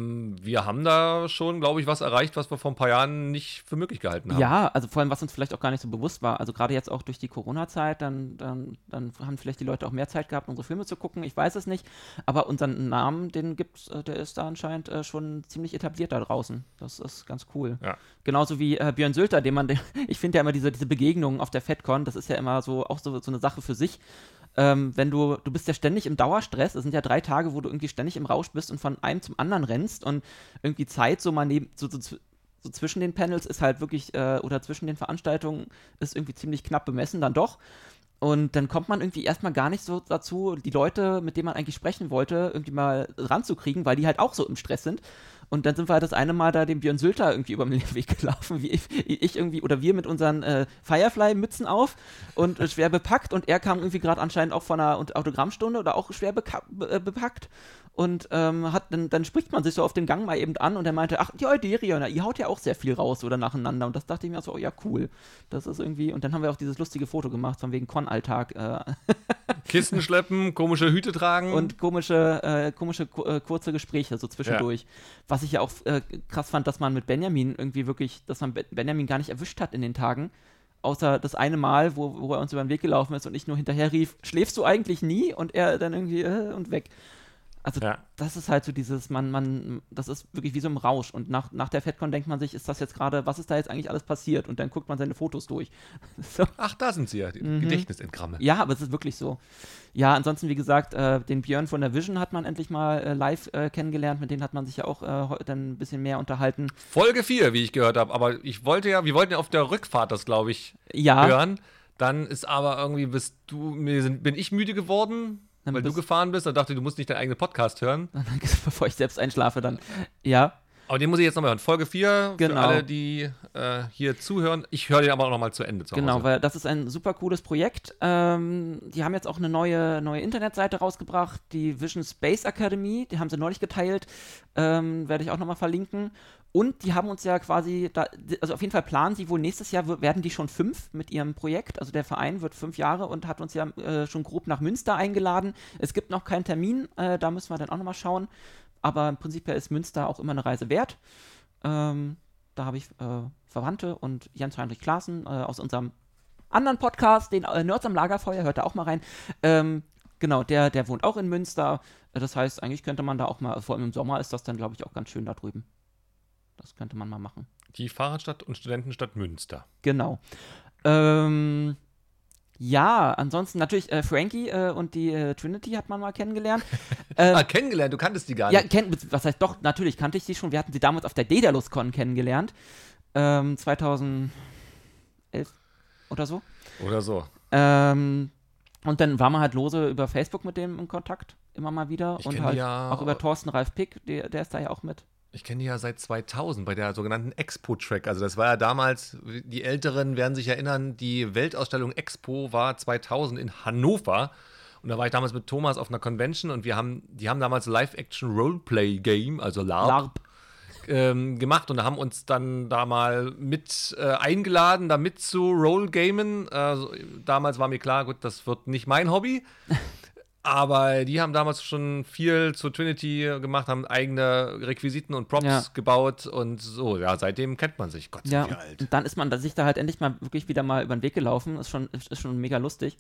wir haben da schon, glaube ich, was erreicht, was wir vor ein paar Jahren nicht für möglich gehalten haben. Ja, also vor allem, was uns vielleicht auch gar nicht so bewusst war. Also gerade jetzt auch durch die Corona-Zeit, dann haben vielleicht die Leute auch mehr Zeit gehabt, unsere Filme zu gucken. Ich weiß es nicht. Aber unseren Namen, den gibt's, der ist da anscheinend schon ziemlich etabliert da draußen. Das ist ganz cool. Ja. Genauso wie Björn Sülter, ich finde ja immer diese Begegnungen auf der FedCon, das ist ja immer so auch so eine Sache für sich. Wenn du bist ja ständig im Dauerstress, es sind ja 3 Tage, wo du irgendwie ständig im Rausch bist und von einem zum anderen rennst und irgendwie Zeit so mal so zwischen den Panels ist halt wirklich, oder zwischen den Veranstaltungen ist irgendwie ziemlich knapp bemessen dann doch. Und dann kommt man irgendwie erstmal gar nicht so dazu, die Leute, mit denen man eigentlich sprechen wollte, irgendwie mal ranzukriegen, weil die halt auch so im Stress sind. Und dann sind wir halt das eine Mal da dem Björn Sülter irgendwie über den Weg gelaufen, wie ich irgendwie, oder wir mit unseren Firefly-Mützen auf und schwer bepackt. Und er kam irgendwie gerade anscheinend auch von einer Autogrammstunde oder auch schwer bepackt. Und dann spricht man sich so auf dem Gang mal eben an und er meinte, ach, die Alderion, ihr haut ja auch sehr viel raus oder nacheinander. Und das dachte ich mir so, oh ja, cool. Das ist irgendwie, und dann haben wir auch dieses lustige Foto gemacht, von wegen Con-Alltag. Kisten schleppen, komische Hüte tragen. Und komische kurze Gespräche so zwischendurch. Ja. Was ich ja auch krass fand, dass man mit Benjamin irgendwie wirklich, dass man Benjamin gar nicht erwischt hat in den Tagen. Außer das eine Mal, wo er uns über den Weg gelaufen ist und ich nur hinterher rief, schläfst du eigentlich nie? Und er dann irgendwie und weg. Also das ist halt so dieses, das ist wirklich wie so im Rausch. Und nach der FedCon denkt man sich, ist das jetzt gerade, was ist da jetzt eigentlich alles passiert? Und dann guckt man seine Fotos durch. So. Ach, da sind sie ja, die Gedächtnisengramme. Ja, aber es ist wirklich so. Ja, ansonsten, wie gesagt, den Björn von der Vision hat man endlich mal live kennengelernt. Mit denen hat man sich ja auch dann ein bisschen mehr unterhalten. Folge 4, wie ich gehört habe. Aber wir wollten ja auf der Rückfahrt das, glaube ich, hören. Dann ist aber irgendwie, bin ich müde geworden. Weil du gefahren bist und dachte, du musst nicht deinen eigenen Podcast hören. Bevor ich selbst einschlafe dann. Ja. Aber den muss ich jetzt nochmal hören. Folge 4, genau. Für alle, die hier zuhören. Ich höre den aber auch nochmal zu Ende zu Hause. Genau, weil das ist ein super cooles Projekt. Die haben jetzt auch eine neue Internetseite rausgebracht, die Vision Space Academy. Die haben sie neulich geteilt. Werde ich auch nochmal verlinken. Und die haben uns ja quasi, also auf jeden Fall planen sie wohl, nächstes Jahr werden die schon 5 mit ihrem Projekt. Also der Verein wird 5 Jahre und hat uns ja schon grob nach Münster eingeladen. Es gibt noch keinen Termin, da müssen wir dann auch nochmal schauen. Aber im Prinzip ist Münster auch immer eine Reise wert. Da habe ich Verwandte und Jens-Heinrich Klaassen aus unserem anderen Podcast, den Nerds am Lagerfeuer, hört da auch mal rein. Genau, der wohnt auch in Münster. Das heißt, eigentlich könnte man da auch mal, vor allem im Sommer ist das dann, glaube ich, auch ganz schön da drüben. Das könnte man mal machen. Die Fahrradstadt und Studentenstadt Münster. Genau. Ja, ansonsten natürlich Frankie und die Trinity hat man mal kennengelernt. Kennengelernt? Du kanntest die gar nicht? Ja, was heißt doch, natürlich kannte ich sie schon. Wir hatten sie damals auf der Daedalus-Con kennengelernt. 2011 oder so. Oder so. Und dann war man halt lose über Facebook mit dem in Kontakt, immer mal wieder. Ich und halt ja auch über Thorsten Ralf Pick, der ist da ja auch mit. Ich kenne die ja seit 2000 bei der sogenannten Expo-Track. Also das war ja damals, die Älteren werden sich erinnern, die Weltausstellung Expo war 2000 in Hannover. Und da war ich damals mit Thomas auf einer Convention und die haben damals Live-Action-Roleplay-Game, also LARP. Gemacht und haben uns dann da mal mit eingeladen, da mit zu Roll-Gamen. Damals war mir klar, gut, das wird nicht mein Hobby. Aber die haben damals schon viel zur Trinity gemacht, haben eigene Requisiten und Props gebaut und so. Ja, seitdem kennt man sich. Gott sei Dank. Alt. Und dann ist man sich da halt endlich mal wirklich wieder mal über den Weg gelaufen. Ist schon mega lustig.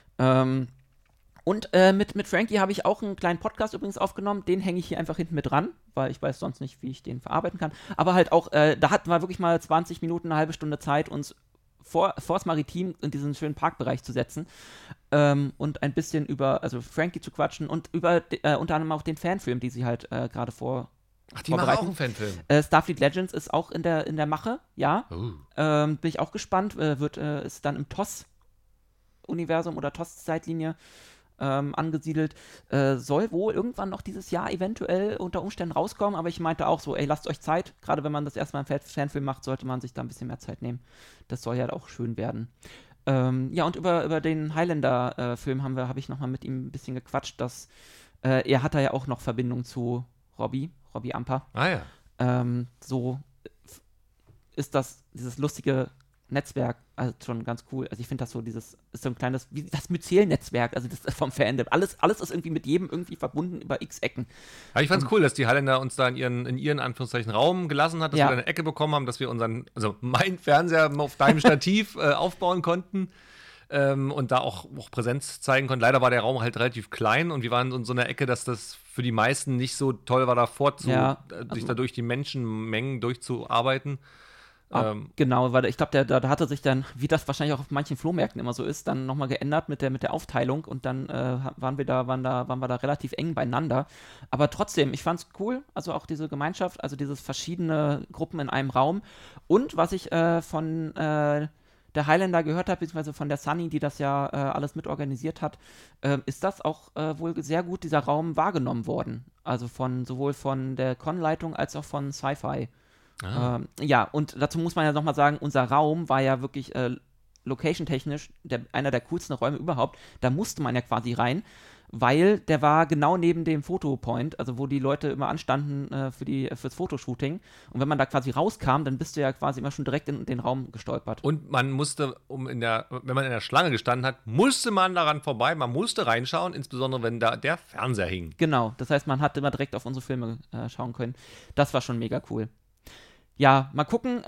Und mit Frankie habe ich auch einen kleinen Podcast übrigens aufgenommen. Den hänge ich hier einfach hinten mit dran, weil ich weiß sonst nicht, wie ich den verarbeiten kann. Aber halt auch, da hatten wir wirklich mal 20 Minuten, eine halbe Stunde Zeit, uns vors Maritim in diesen schönen Parkbereich zu setzen und ein bisschen über Frankie zu quatschen und über unter anderem auch den Fanfilm, die sie halt gerade Ach, die machen auch einen Fanfilm. Starfleet Legends ist auch in der Mache, ja. Bin ich auch gespannt. Ist dann im TOS TOS-Universum oder TOS-Zeitlinie angesiedelt. Soll wohl irgendwann noch dieses Jahr eventuell unter Umständen rauskommen, aber ich meinte auch so, ey, lasst euch Zeit. Gerade wenn man das erstmal einen Fanfilm macht, sollte man sich da ein bisschen mehr Zeit nehmen. Das soll ja auch schön werden. Ja, und über den Highlander-Film habe ich nochmal mit ihm ein bisschen gequatscht, dass er hat da ja auch noch Verbindung zu Robbie Amper. Ah ja. So ist dieses lustige Netzwerk also schon ganz cool. Also ich finde das so, ist so ein kleines, wie das Myzel-Netzwerk, also das vom Fandom. Alles ist irgendwie mit jedem irgendwie verbunden über x Ecken. Aber ich fand's cool, dass die Highlander uns da in ihren Anführungszeichen Raum gelassen hat, dass wir eine Ecke bekommen haben, dass wir meinen Fernseher auf deinem Stativ aufbauen konnten. Und da auch Präsenz zeigen konnten. Leider war der Raum halt relativ klein und wir waren in so einer Ecke, dass das für die meisten nicht so toll war, sich da durch die Menschenmengen durchzuarbeiten. Genau, weil ich glaube, da hatte sich dann, wie das wahrscheinlich auch auf manchen Flohmärkten immer so ist, dann nochmal geändert mit der Aufteilung und dann waren wir da relativ eng beieinander. Aber trotzdem, ich fand's cool, also auch diese Gemeinschaft, also dieses verschiedene Gruppen in einem Raum. Und was ich von der Highlander gehört habe, beziehungsweise von der Sunny, die das ja alles mitorganisiert hat, ist das auch wohl sehr gut, dieser Raum wahrgenommen worden. Also sowohl von der Con-Leitung als auch von Sci-Fi. Ja, und dazu muss man ja nochmal sagen, unser Raum war ja wirklich location-technisch einer der coolsten Räume überhaupt. Da musste man ja quasi rein, weil der war genau neben dem Fotopoint, also wo die Leute immer anstanden fürs Fotoshooting. Und wenn man da quasi rauskam, dann bist du ja quasi immer schon direkt in den Raum gestolpert. Und man musste, wenn man in der Schlange gestanden hat, musste man daran vorbei, man musste reinschauen, insbesondere wenn da der Fernseher hing. Genau, das heißt, man hat immer direkt auf unsere Filme schauen können. Das war schon mega cool. Ja, mal gucken,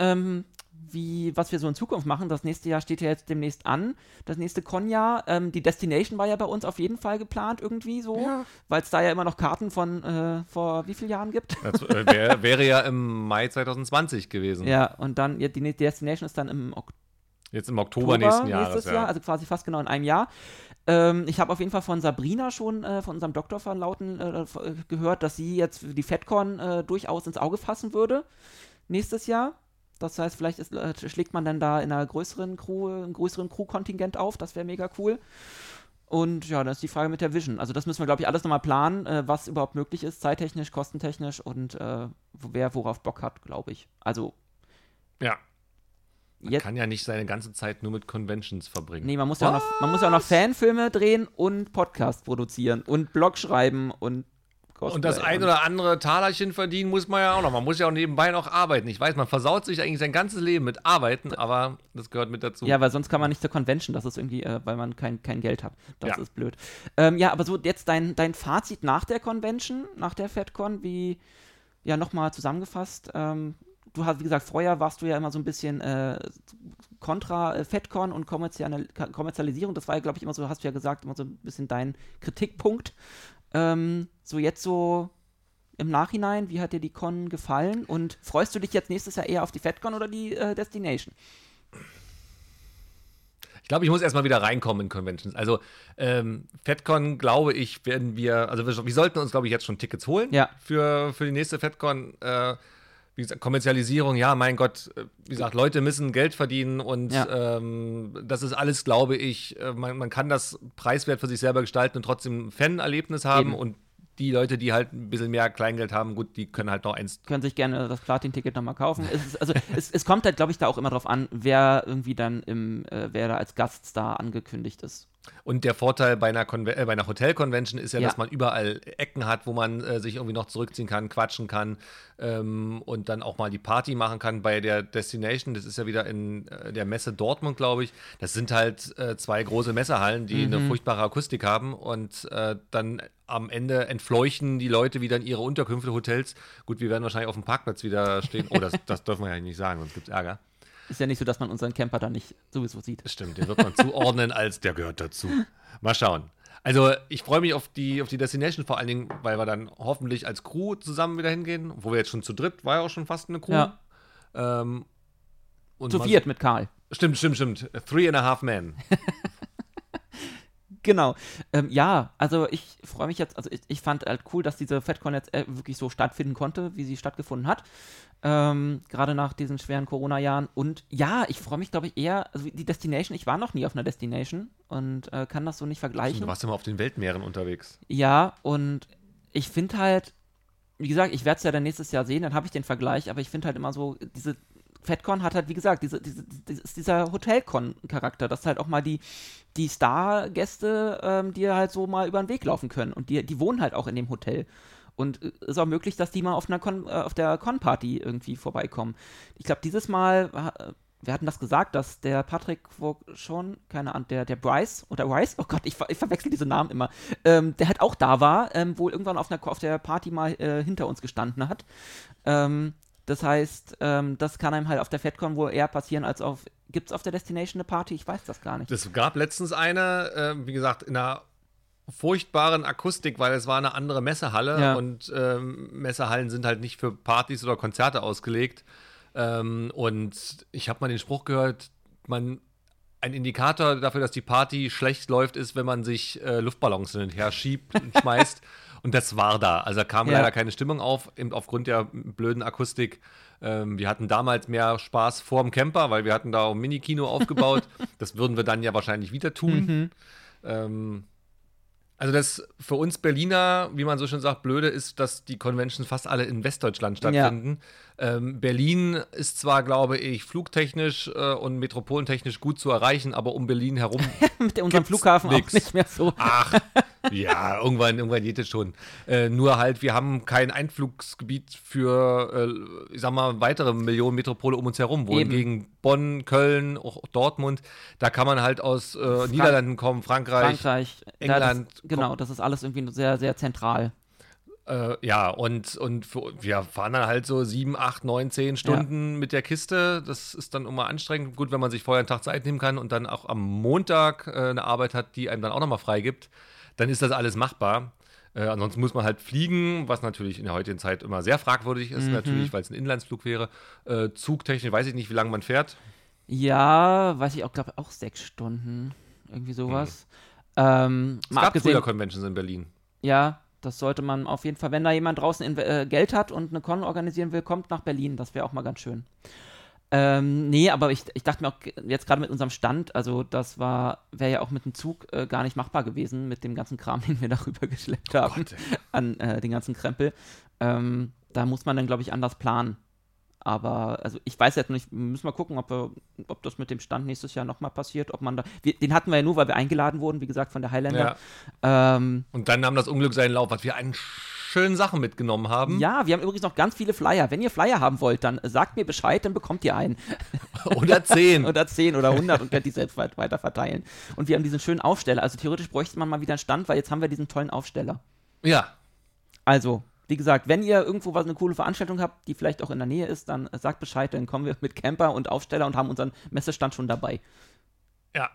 was wir so in Zukunft machen. Das nächste Jahr steht ja jetzt demnächst an. Das nächste Con-Jahr. Die Destination war ja bei uns auf jeden Fall geplant irgendwie so, weil es da ja immer noch Karten von vor wie vielen Jahren gibt. Das wäre ja im Mai 2020 gewesen. Ja, und dann, die Destination ist dann jetzt im Oktober nächsten Jahres. Nächstes Jahr, also quasi fast genau in einem Jahr. Ich habe auf jeden Fall von Sabrina schon, von unserem Doktor verlauten, gehört, dass sie jetzt die FedCon durchaus ins Auge fassen würde. Nächstes Jahr. Das heißt, vielleicht schlägt man dann da in einem größeren Crew-Kontingent auf. Das wäre mega cool. Und ja, dann ist die Frage mit der Vision. Also das müssen wir, glaube ich, alles nochmal planen, was überhaupt möglich ist, zeittechnisch, kostentechnisch und wer worauf Bock hat, glaube ich. Also ja. Man kann ja nicht seine ganze Zeit nur mit Conventions verbringen. Nee, man muss ja auch noch Fanfilme drehen und Podcast produzieren und Blog schreiben und das ein oder andere Talerchen verdienen muss man ja auch noch. Man muss ja auch nebenbei noch arbeiten. Ich weiß, man versaut sich eigentlich sein ganzes Leben mit Arbeiten, aber das gehört mit dazu. Ja, weil sonst kann man nicht zur Convention. Das ist irgendwie, weil man kein Geld hat. Das ist blöd. Ja, aber so jetzt dein Fazit nach der Convention, nach der FedCon, nochmal zusammengefasst. Du hast, wie gesagt, vorher warst du ja immer so ein bisschen kontra FedCon und Kommerzialisierung. Das war ja, glaube ich, immer so, hast du ja gesagt, immer so ein bisschen dein Kritikpunkt. So jetzt so im Nachhinein, wie hat dir die Con gefallen und freust du dich jetzt nächstes Jahr eher auf die FedCon oder die Destination? Ich glaube, ich muss erstmal wieder reinkommen in Conventions. Also FedCon, glaube ich, wir sollten uns, glaube ich, jetzt schon Tickets holen für die nächste FedCon. Wie gesagt, Kommerzialisierung, ja, mein Gott, wie gesagt, Leute müssen Geld verdienen und das ist alles, glaube ich, man kann das preiswert für sich selber gestalten und trotzdem ein Fan-Erlebnis haben. Und die Leute, die halt ein bisschen mehr Kleingeld haben, gut, die können halt noch können sich gerne das Platin-Ticket nochmal kaufen. Es kommt halt, glaube ich, da auch immer drauf an, wer irgendwie dann wer da als Gaststar angekündigt ist. Und der Vorteil bei einer Hotel-Convention ist ja, dass man überall Ecken hat, wo man sich irgendwie noch zurückziehen kann, quatschen kann und dann auch mal die Party machen kann. Bei der Destination, das ist ja wieder in der Messe Dortmund, glaube ich, das sind halt 2 große Messehallen, die eine furchtbare Akustik haben und dann am Ende entfleuchten die Leute wieder in ihre Unterkünfte, Hotels. Gut, wir werden wahrscheinlich auf dem Parkplatz wieder stehen. Oh, das dürfen wir ja nicht sagen, sonst gibt es Ärger. Ist ja nicht so, dass man unseren Camper dann nicht sowieso sieht. Stimmt, den wird man zuordnen als der gehört dazu. Mal schauen. Also ich freue mich auf die Destination, vor allen Dingen, weil wir dann hoffentlich als Crew zusammen wieder hingehen. Wo wir jetzt schon zu dritt, war ja auch schon fast eine Crew. Ja. Und zu viert mit Karl. Stimmt. 3.5 Men. Genau. Ja, also ich freue mich jetzt, also ich fand halt cool, dass diese FedCon jetzt wirklich so stattfinden konnte, wie sie stattgefunden hat. Gerade nach diesen schweren Corona-Jahren. Und ja, ich freue mich, glaube ich, eher, also die Destination, ich war noch nie auf einer Destination und kann das so nicht vergleichen. Du warst immer auf den Weltmeeren unterwegs. Ja, und ich finde halt, wie gesagt, ich werde es ja dann nächstes Jahr sehen, dann habe ich den Vergleich, aber ich finde halt immer so, diese FedCon hat halt, wie gesagt, dieser Hotelcon-Charakter, dass halt auch mal die Stargäste, die halt so mal über den Weg laufen können und die wohnen halt auch in dem Hotel. Und ist auch möglich, dass die mal auf der Con-Party irgendwie vorbeikommen. Ich glaube, dieses Mal, wir hatten das gesagt, dass der Patrick schon, keine Ahnung, der Bryce oder Rice, oh Gott, ich verwechsel diese Namen immer, der halt auch da war, wohl irgendwann auf der Party mal hinter uns gestanden hat. Das heißt, das kann einem halt auf der FedCon wohl eher passieren, gibt es auf der Destination eine Party? Ich weiß das gar nicht. Es gab letztens eine, wie gesagt, in einer furchtbaren Akustik, weil es war eine andere Messehalle und Messehallen sind halt nicht für Partys oder Konzerte ausgelegt. Und ich habe mal den Spruch gehört, ein Indikator dafür, dass die Party schlecht läuft, ist, wenn man sich Luftballons hin und her schiebt und schmeißt. Und das war da. Also da kam leider keine Stimmung auf, eben aufgrund der blöden Akustik. Wir hatten damals mehr Spaß vorm Camper, weil wir hatten da ein Mini-Kino aufgebaut. Das würden wir dann ja wahrscheinlich wieder tun. Also das für uns Berliner, wie man so schön sagt, Blöde ist, dass die Conventions fast alle in Westdeutschland stattfinden. Berlin ist zwar, glaube ich, flugtechnisch und metropolentechnisch gut zu erreichen, aber um Berlin herum mit unserem Flughafen nix. Auch nicht mehr so. Ach, ja, irgendwann geht es schon. Nur halt, wir haben kein Einflugsgebiet für, ich sag mal, weitere Millionen Metropole um uns herum. Wohingegen Bonn, Köln, auch Dortmund, da kann man halt aus Niederlanden kommen, Frankreich, England. Genau, das ist alles irgendwie sehr, sehr zentral. Ja, und wir fahren dann halt so 7, 8, 9, 10 Stunden mit der Kiste. Das ist dann immer anstrengend. Gut, wenn man sich vorher einen Tag Zeit nehmen kann und dann auch am Montag eine Arbeit hat, die einem dann auch nochmal frei gibt, dann ist das alles machbar. Ansonsten muss man halt fliegen, was natürlich in der heutigen Zeit immer sehr fragwürdig ist, natürlich, weil es ein Inlandsflug wäre. Zugtechnisch weiß ich nicht, wie lange man fährt. Ja, weiß ich auch, glaube auch 6 Stunden. Irgendwie sowas. Es gab früher Conventions in Berlin. Ja, das sollte man auf jeden Fall, wenn da jemand draußen Geld hat und eine Con organisieren will, kommt nach Berlin. Das wäre auch mal ganz schön. Nee, aber ich dachte mir auch jetzt gerade mit unserem Stand, also das wäre ja auch mit dem Zug gar nicht machbar gewesen, mit dem ganzen Kram, den wir darüber geschleppt haben, an den ganzen Krempel. Da muss man dann, glaube ich, anders planen. Aber, also ich weiß jetzt nicht, wir müssen mal gucken, ob das mit dem Stand nächstes Jahr nochmal passiert, ob man da, den hatten wir ja nur, weil wir eingeladen wurden, wie gesagt, von der Highlander. Ja. Und dann nahm das Unglück seinen Lauf, was wir an schönen Sachen mitgenommen haben. Ja, wir haben übrigens noch ganz viele Flyer. Wenn ihr Flyer haben wollt, dann sagt mir Bescheid, dann bekommt ihr einen. Oder 10. Oder 10 oder 100 und könnt die selbst weiter verteilen. Und wir haben diesen schönen Aufsteller. Also theoretisch bräuchte man mal wieder einen Stand, weil jetzt haben wir diesen tollen Aufsteller. Ja. Also, wie gesagt, wenn ihr irgendwo eine coole Veranstaltung habt, die vielleicht auch in der Nähe ist, dann sagt Bescheid, dann kommen wir mit Camper und Aufsteller und haben unseren Messestand schon dabei. Ja.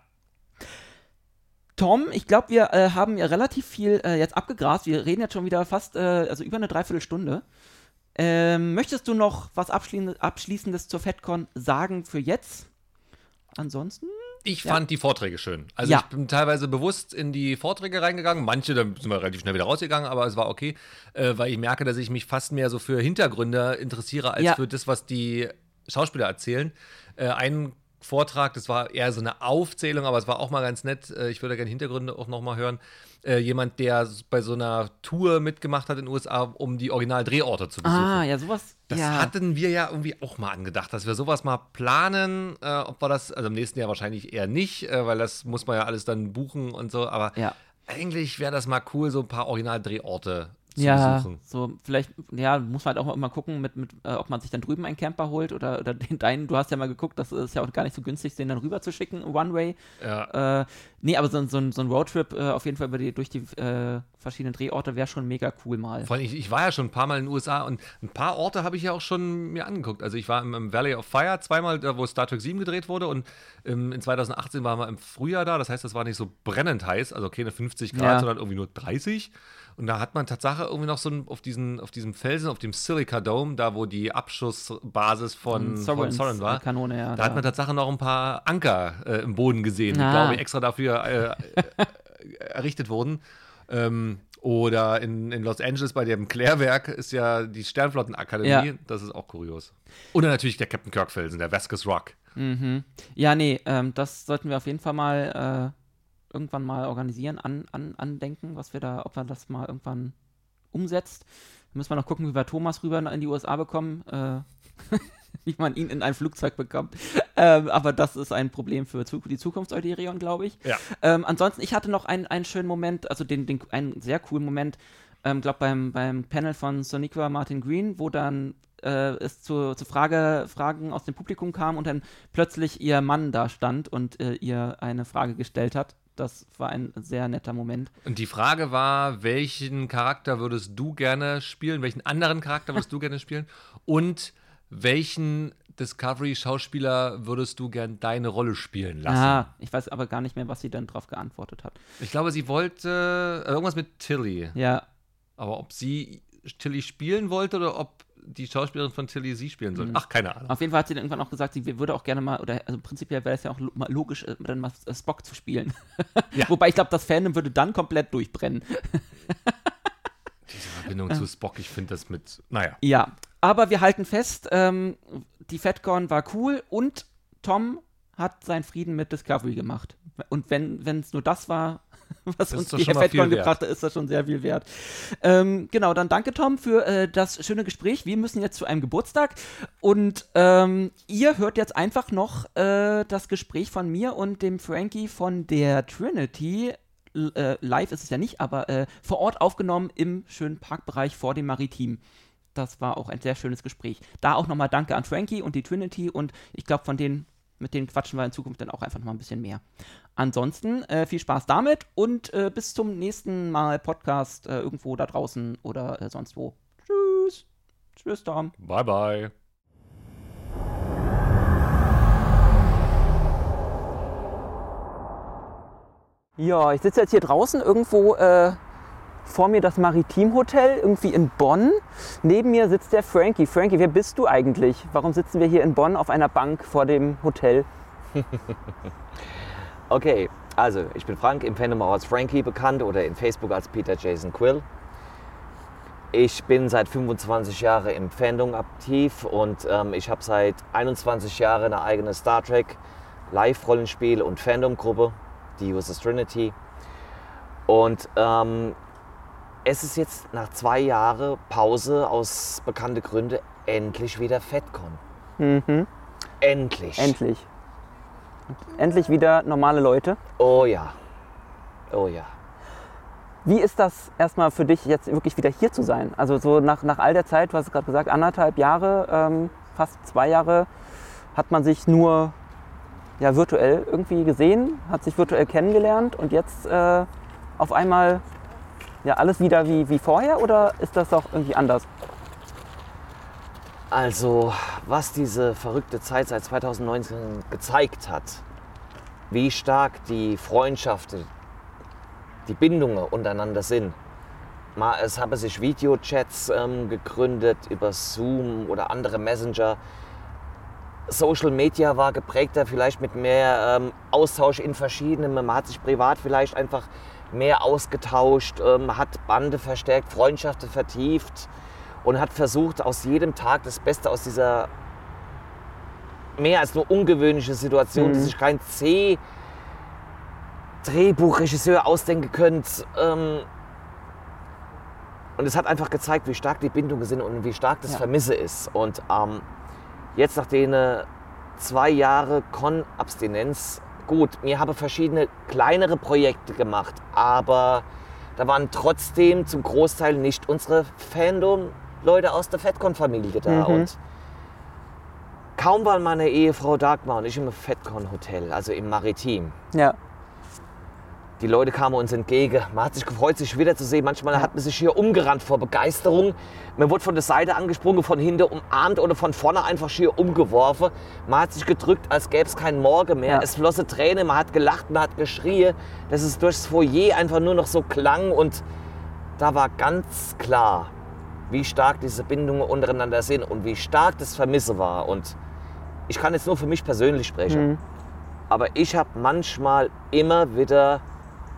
Tom, ich glaube, wir haben ja relativ viel jetzt abgegrast. Wir reden jetzt schon wieder fast, also über eine Dreiviertelstunde. Möchtest du noch was Abschließendes zur FedCon sagen für jetzt? Ansonsten? Ich fand die Vorträge schön. Also ich bin teilweise bewusst in die Vorträge reingegangen. Manche, da sind wir relativ schnell wieder rausgegangen, aber es war okay, weil ich merke, dass ich mich fast mehr so für Hintergründe interessiere, als für das, was die Schauspieler erzählen. Ein Vortrag, das war eher so eine Aufzählung, aber es war auch mal ganz nett. Ich würde gerne Hintergründe auch nochmal hören. Jemand, der bei so einer Tour mitgemacht hat in den USA, um die Original-Drehorte zu besuchen. Ah, ja, sowas. Das hatten wir ja irgendwie auch mal angedacht, dass wir sowas mal planen. Ob wir das, also im nächsten Jahr wahrscheinlich eher nicht, weil das muss man ja alles dann buchen und so. Aber eigentlich wäre das mal cool, so ein paar Original-Drehorte zu besuchen. So vielleicht, muss man halt auch mal gucken, ob man sich dann drüben einen Camper holt oder deinen, du hast ja mal geguckt, das ist ja auch gar nicht so günstig, den dann rüber zu schicken, One-Way. Ja. Nee, aber so ein Roadtrip auf jeden Fall durch die verschiedenen Drehorte wäre schon mega cool mal. Vor allem, ich war ja schon ein paar Mal in den USA und ein paar Orte habe ich ja auch schon mir angeguckt. Also ich war im Valley of Fire zweimal, da wo Star Trek 7 gedreht wurde und in 2018 waren wir im Frühjahr da, das heißt, das war nicht so brennend heiß, also keine 50 Grad, sondern irgendwie nur 30. Und da hat man Tatsache irgendwie noch so auf diesem Felsen, auf dem Silica Dome, da wo die Abschussbasis von Sorin war, Kanone, da hat man Tatsache noch ein paar Anker im Boden gesehen. Ich glaube, extra dafür errichtet wurden. Oder in Los Angeles bei dem Klärwerk ist ja die Sternflottenakademie. Ja. Das ist auch kurios. Oder natürlich der Captain Kirk-Felsen, der Vasquez Rock. Mhm. Ja, nee, das sollten wir auf jeden Fall mal irgendwann mal organisieren, andenken, ob wir das mal irgendwann umsetzt. Müssen wir noch gucken, wie wir Thomas rüber in die USA bekommen, wie man ihn in ein Flugzeug bekommt. Aber das ist ein Problem für die Zukunft Euderion, glaube ich. Ja. Ansonsten, ich hatte noch einen schönen Moment, also einen sehr coolen Moment, glaube beim Panel von Soniqua Martin Green, wo dann es zu Fragen aus dem Publikum kam und dann plötzlich ihr Mann da stand und ihr eine Frage gestellt hat. Das war ein sehr netter Moment. Und die Frage war, welchen Charakter würdest du gerne spielen? Welchen anderen Charakter würdest du gerne spielen? Und welchen Discovery-Schauspieler würdest du gerne deine Rolle spielen lassen? Ich weiß aber gar nicht mehr, was sie dann drauf geantwortet hat. Ich glaube, sie wollte irgendwas mit Tilly. Ja. Aber ob sie Tilly spielen wollte oder ob die Schauspielerin von Tilly sie spielen sollte. Ach, keine Ahnung. Auf jeden Fall hat sie dann irgendwann auch gesagt, sie würde auch gerne mal, also prinzipiell wäre es ja auch logisch, dann mal Spock zu spielen. Ja. Wobei ich glaube, das Fandom würde dann komplett durchbrennen. Diese Verbindung zu Spock, ich finde das naja. Ja, aber wir halten fest, die FedCon war cool und Tom hat seinen Frieden mit Discovery gemacht. Und wenn es nur das war, was uns die FedCon gebracht hat, ist das schon sehr viel wert. Genau, dann danke Tom für das schöne Gespräch. Wir müssen jetzt zu einem Geburtstag und ihr hört jetzt einfach noch das Gespräch von mir und dem Frankie von der Trinity. Live ist es ja nicht, aber vor Ort aufgenommen im schönen Parkbereich vor dem Maritim. Das war auch ein sehr schönes Gespräch. Da auch nochmal danke an Frankie und die Trinity und ich glaube, mit denen quatschen wir in Zukunft dann auch einfach noch mal ein bisschen mehr. Ansonsten viel Spaß damit und bis zum nächsten Mal Podcast irgendwo da draußen oder sonst wo. Tschüss. Tschüss, Tom. Bye, bye. Ja, ich sitze jetzt hier draußen irgendwo vor mir das Maritim-Hotel, irgendwie in Bonn. Neben mir sitzt der Frankie. Frankie, wer bist du eigentlich? Warum sitzen wir hier in Bonn auf einer Bank vor dem Hotel? Okay, also ich bin Frank, im Fandom auch als Frankie bekannt oder in Facebook als Peter Jason Quill. Ich bin seit 25 Jahren im Fandom aktiv und ich habe seit 21 Jahren eine eigene Star Trek Live-Rollenspiel- und Fandom-Gruppe, die USS Trinity. Und es ist jetzt nach 2 Jahren Pause aus bekannten Gründen endlich wieder FedCon. Mhm. Endlich. Endlich. Endlich wieder normale Leute. Oh ja. Oh ja. Wie ist das erstmal für dich, jetzt wirklich wieder hier zu sein? Also so nach all der Zeit, du hast es gerade gesagt, 1,5 Jahre, fast 2 Jahre, hat man sich nur virtuell irgendwie gesehen, hat sich virtuell kennengelernt und jetzt auf einmal alles wieder wie vorher oder ist das auch irgendwie anders? Also, was diese verrückte Zeit seit 2019 gezeigt hat, wie stark die Freundschaften, die Bindungen untereinander sind. Es haben sich Videochats gegründet über Zoom oder andere Messenger. Social Media war geprägter, vielleicht mit mehr Austausch in verschiedenen. Man hat sich privat vielleicht einfach mehr ausgetauscht, hat Bande verstärkt, Freundschaften vertieft und hat versucht, aus jedem Tag das Beste aus dieser mehr als nur ungewöhnliche Situation, die sich kein Drehbuchregisseur ausdenken könnte. Und es hat einfach gezeigt, wie stark die Bindungen sind und wie stark das Vermisse ist. Und jetzt nach den 2 Jahren Con-Abstinenz, gut, wir haben verschiedene kleinere Projekte gemacht, aber da waren trotzdem zum Großteil nicht unsere Fandom-Leute aus der FedCon-Familie da. Und kaum waren meine Ehefrau Dagmar und ich im FedCon-Hotel, also im Maritim. Ja. Die Leute kamen uns entgegen. Man hat sich gefreut, sich wiederzusehen. Manchmal hat man sich hier umgerannt vor Begeisterung. Man wurde von der Seite angesprungen, von hinten umarmt oder von vorne einfach schier umgeworfen. Man hat sich gedrückt, als gäbe es keinen Morgen mehr. Es flossen Tränen, man hat gelacht, man hat geschrien. Dass es durchs Foyer einfach nur noch so klang. Und da war ganz klar, wie stark diese Bindungen untereinander sind und wie stark das Vermisse war. Und ich kann jetzt nur für mich persönlich sprechen. Aber ich habe manchmal immer wieder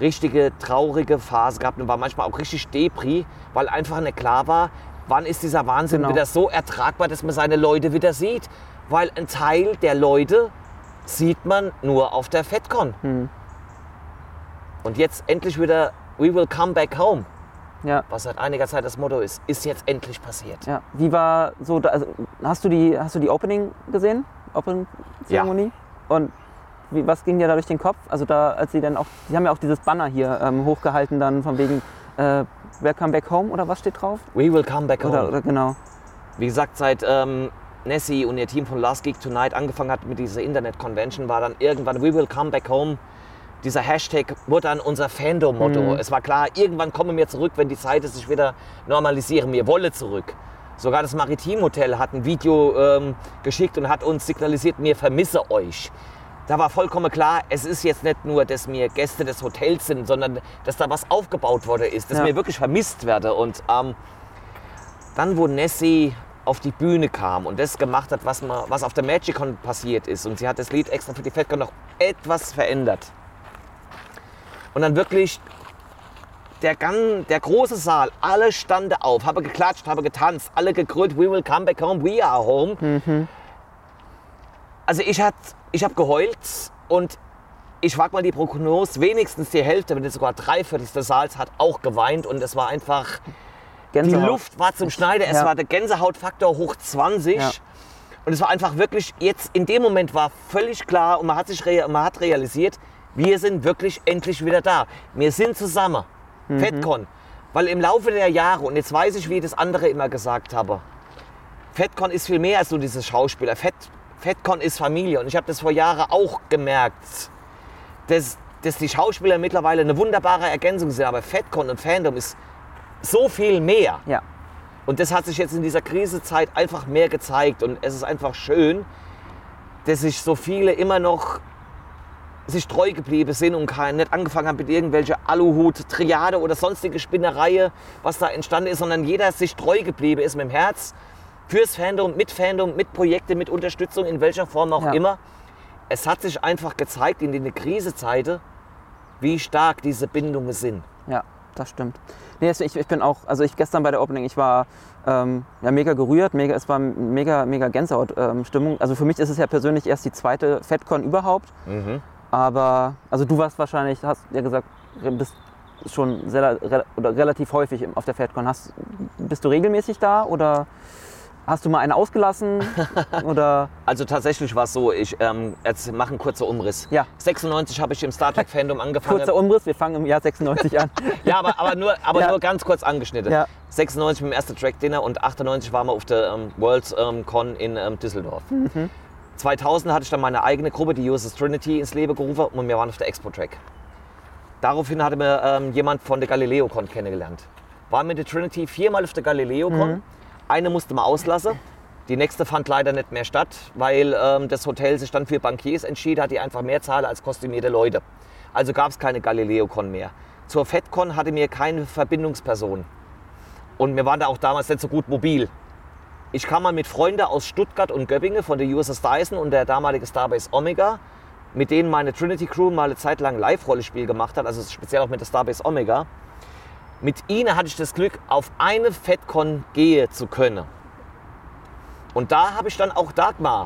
richtige traurige Phase gehabt und war manchmal auch richtig Depri, weil einfach nicht klar war, wann ist dieser Wahnsinn wieder so ertragbar, dass man seine Leute wieder sieht. Weil ein Teil der Leute sieht man nur auf der FedCon. Und jetzt endlich wieder, we will come back home. Ja. Was seit einiger Zeit das Motto ist jetzt endlich passiert. Ja. Wie war so, also, hast du die Opening gesehen? Opening-Zeremonie? Ja. Und was ging dir da durch den Kopf? Also da, als sie dann auch, die haben ja auch dieses Banner hier hochgehalten dann von wegen Welcome back home oder was steht drauf? We will come back home. Oder genau. Wie gesagt, seit Nessie und ihr Team von Last Geek Tonight angefangen hat mit dieser Internet-Convention, war dann irgendwann We will come back home. Dieser Hashtag wurde dann unser Fandom-Motto. Es war klar, irgendwann kommen wir zurück, wenn die Zeiten sich wieder normalisieren. Wir wollen zurück. Sogar das Maritim Hotel hat ein Video geschickt und hat uns signalisiert, wir vermissen euch. Da war vollkommen klar, es ist jetzt nicht nur, dass wir Gäste des Hotels sind, sondern dass da was aufgebaut worden ist, dass wir wirklich vermisst werden. Und dann, wo Nessie auf die Bühne kam und das gemacht hat, was auf der MagicCon passiert ist, und sie hat das Lied extra für die FedCon noch etwas verändert. Und dann wirklich der große Saal, alle standen auf, haben geklatscht, haben getanzt, alle gegrölt, we will come back home, we are home. Also ich hab geheult und ich wage mal die Prognose, wenigstens die Hälfte, wenn nicht sogar 3/4 des Saals hat auch geweint und es war einfach, Gänsehaut. die Luft war zum Schneiden, es war der Gänsehautfaktor hoch 20. Ja. Und es war einfach wirklich, jetzt in dem Moment war völlig klar und man hat realisiert, wir sind wirklich endlich wieder da. Wir sind zusammen. FedCon. Weil im Laufe der Jahre, und jetzt weiß ich, wie ich das andere immer gesagt habe, FedCon ist viel mehr als nur diese Schauspieler. FedCon ist Familie. Und ich habe das vor Jahren auch gemerkt, dass die Schauspieler mittlerweile eine wunderbare Ergänzung sind. Aber FedCon und Fandom ist so viel mehr. Ja. Und das hat sich jetzt in dieser Krisenzeit einfach mehr gezeigt. Und es ist einfach schön, dass sich so viele immer noch sich treu geblieben sind und nicht angefangen haben mit irgendwelcher Aluhut, Triade oder sonstige Spinnerei, was da entstanden ist, sondern jeder sich treu geblieben ist mit dem Herz fürs Fandom, mit Projekten, mit Unterstützung, in welcher Form auch immer. Es hat sich einfach gezeigt in den Krisenzeiten, wie stark diese Bindungen sind. Ja, das stimmt. Nee, ich bin auch, also ich gestern bei der Opening, ich war mega gerührt, es war mega Gänsehaut-Stimmung. Also für mich ist es ja persönlich erst die zweite FedCon überhaupt. Aber, also du warst wahrscheinlich, hast ja gesagt, bist schon relativ häufig auf der FedCon. Bist du regelmäßig da oder hast du mal eine ausgelassen? Oder? Also tatsächlich war es so, ich jetzt mache einen kurzen Umriss. Ja. 96 habe ich im Star Trek Fandom angefangen. Kurzer Umriss, wir fangen im Jahr 96 an. Ja, aber nur ganz kurz angeschnitten. Ja. 96 mit dem ersten Track Dinner und 98 waren wir auf der World Con in Düsseldorf. 2000 hatte ich dann meine eigene Gruppe, die USS Trinity, ins Leben gerufen und wir waren auf der Expo-Track. Daraufhin hatte mir jemand von der Galileo-Con kennengelernt. War mit der Trinity 4-mal auf der Galileo-Con. Eine musste man auslassen, die nächste fand leider nicht mehr statt, weil das Hotel sich dann für Bankiers entschieden hat, die einfach mehr zahlen als kostümierte Leute. Also gab es keine Galileo-Con mehr. Zur FedCon hatte mir keine Verbindungsperson. Und wir waren da auch damals nicht so gut mobil. Ich kam mal mit Freunden aus Stuttgart und Göppingen von der USS Dyson und der damalige Starbase Omega, mit denen meine Trinity Crew mal eine Zeit lang Live-Rollenspiel gemacht hat, also speziell auch mit der Starbase Omega. Mit ihnen hatte ich das Glück, auf eine FedCon gehen zu können. Und da habe ich dann auch Dagmar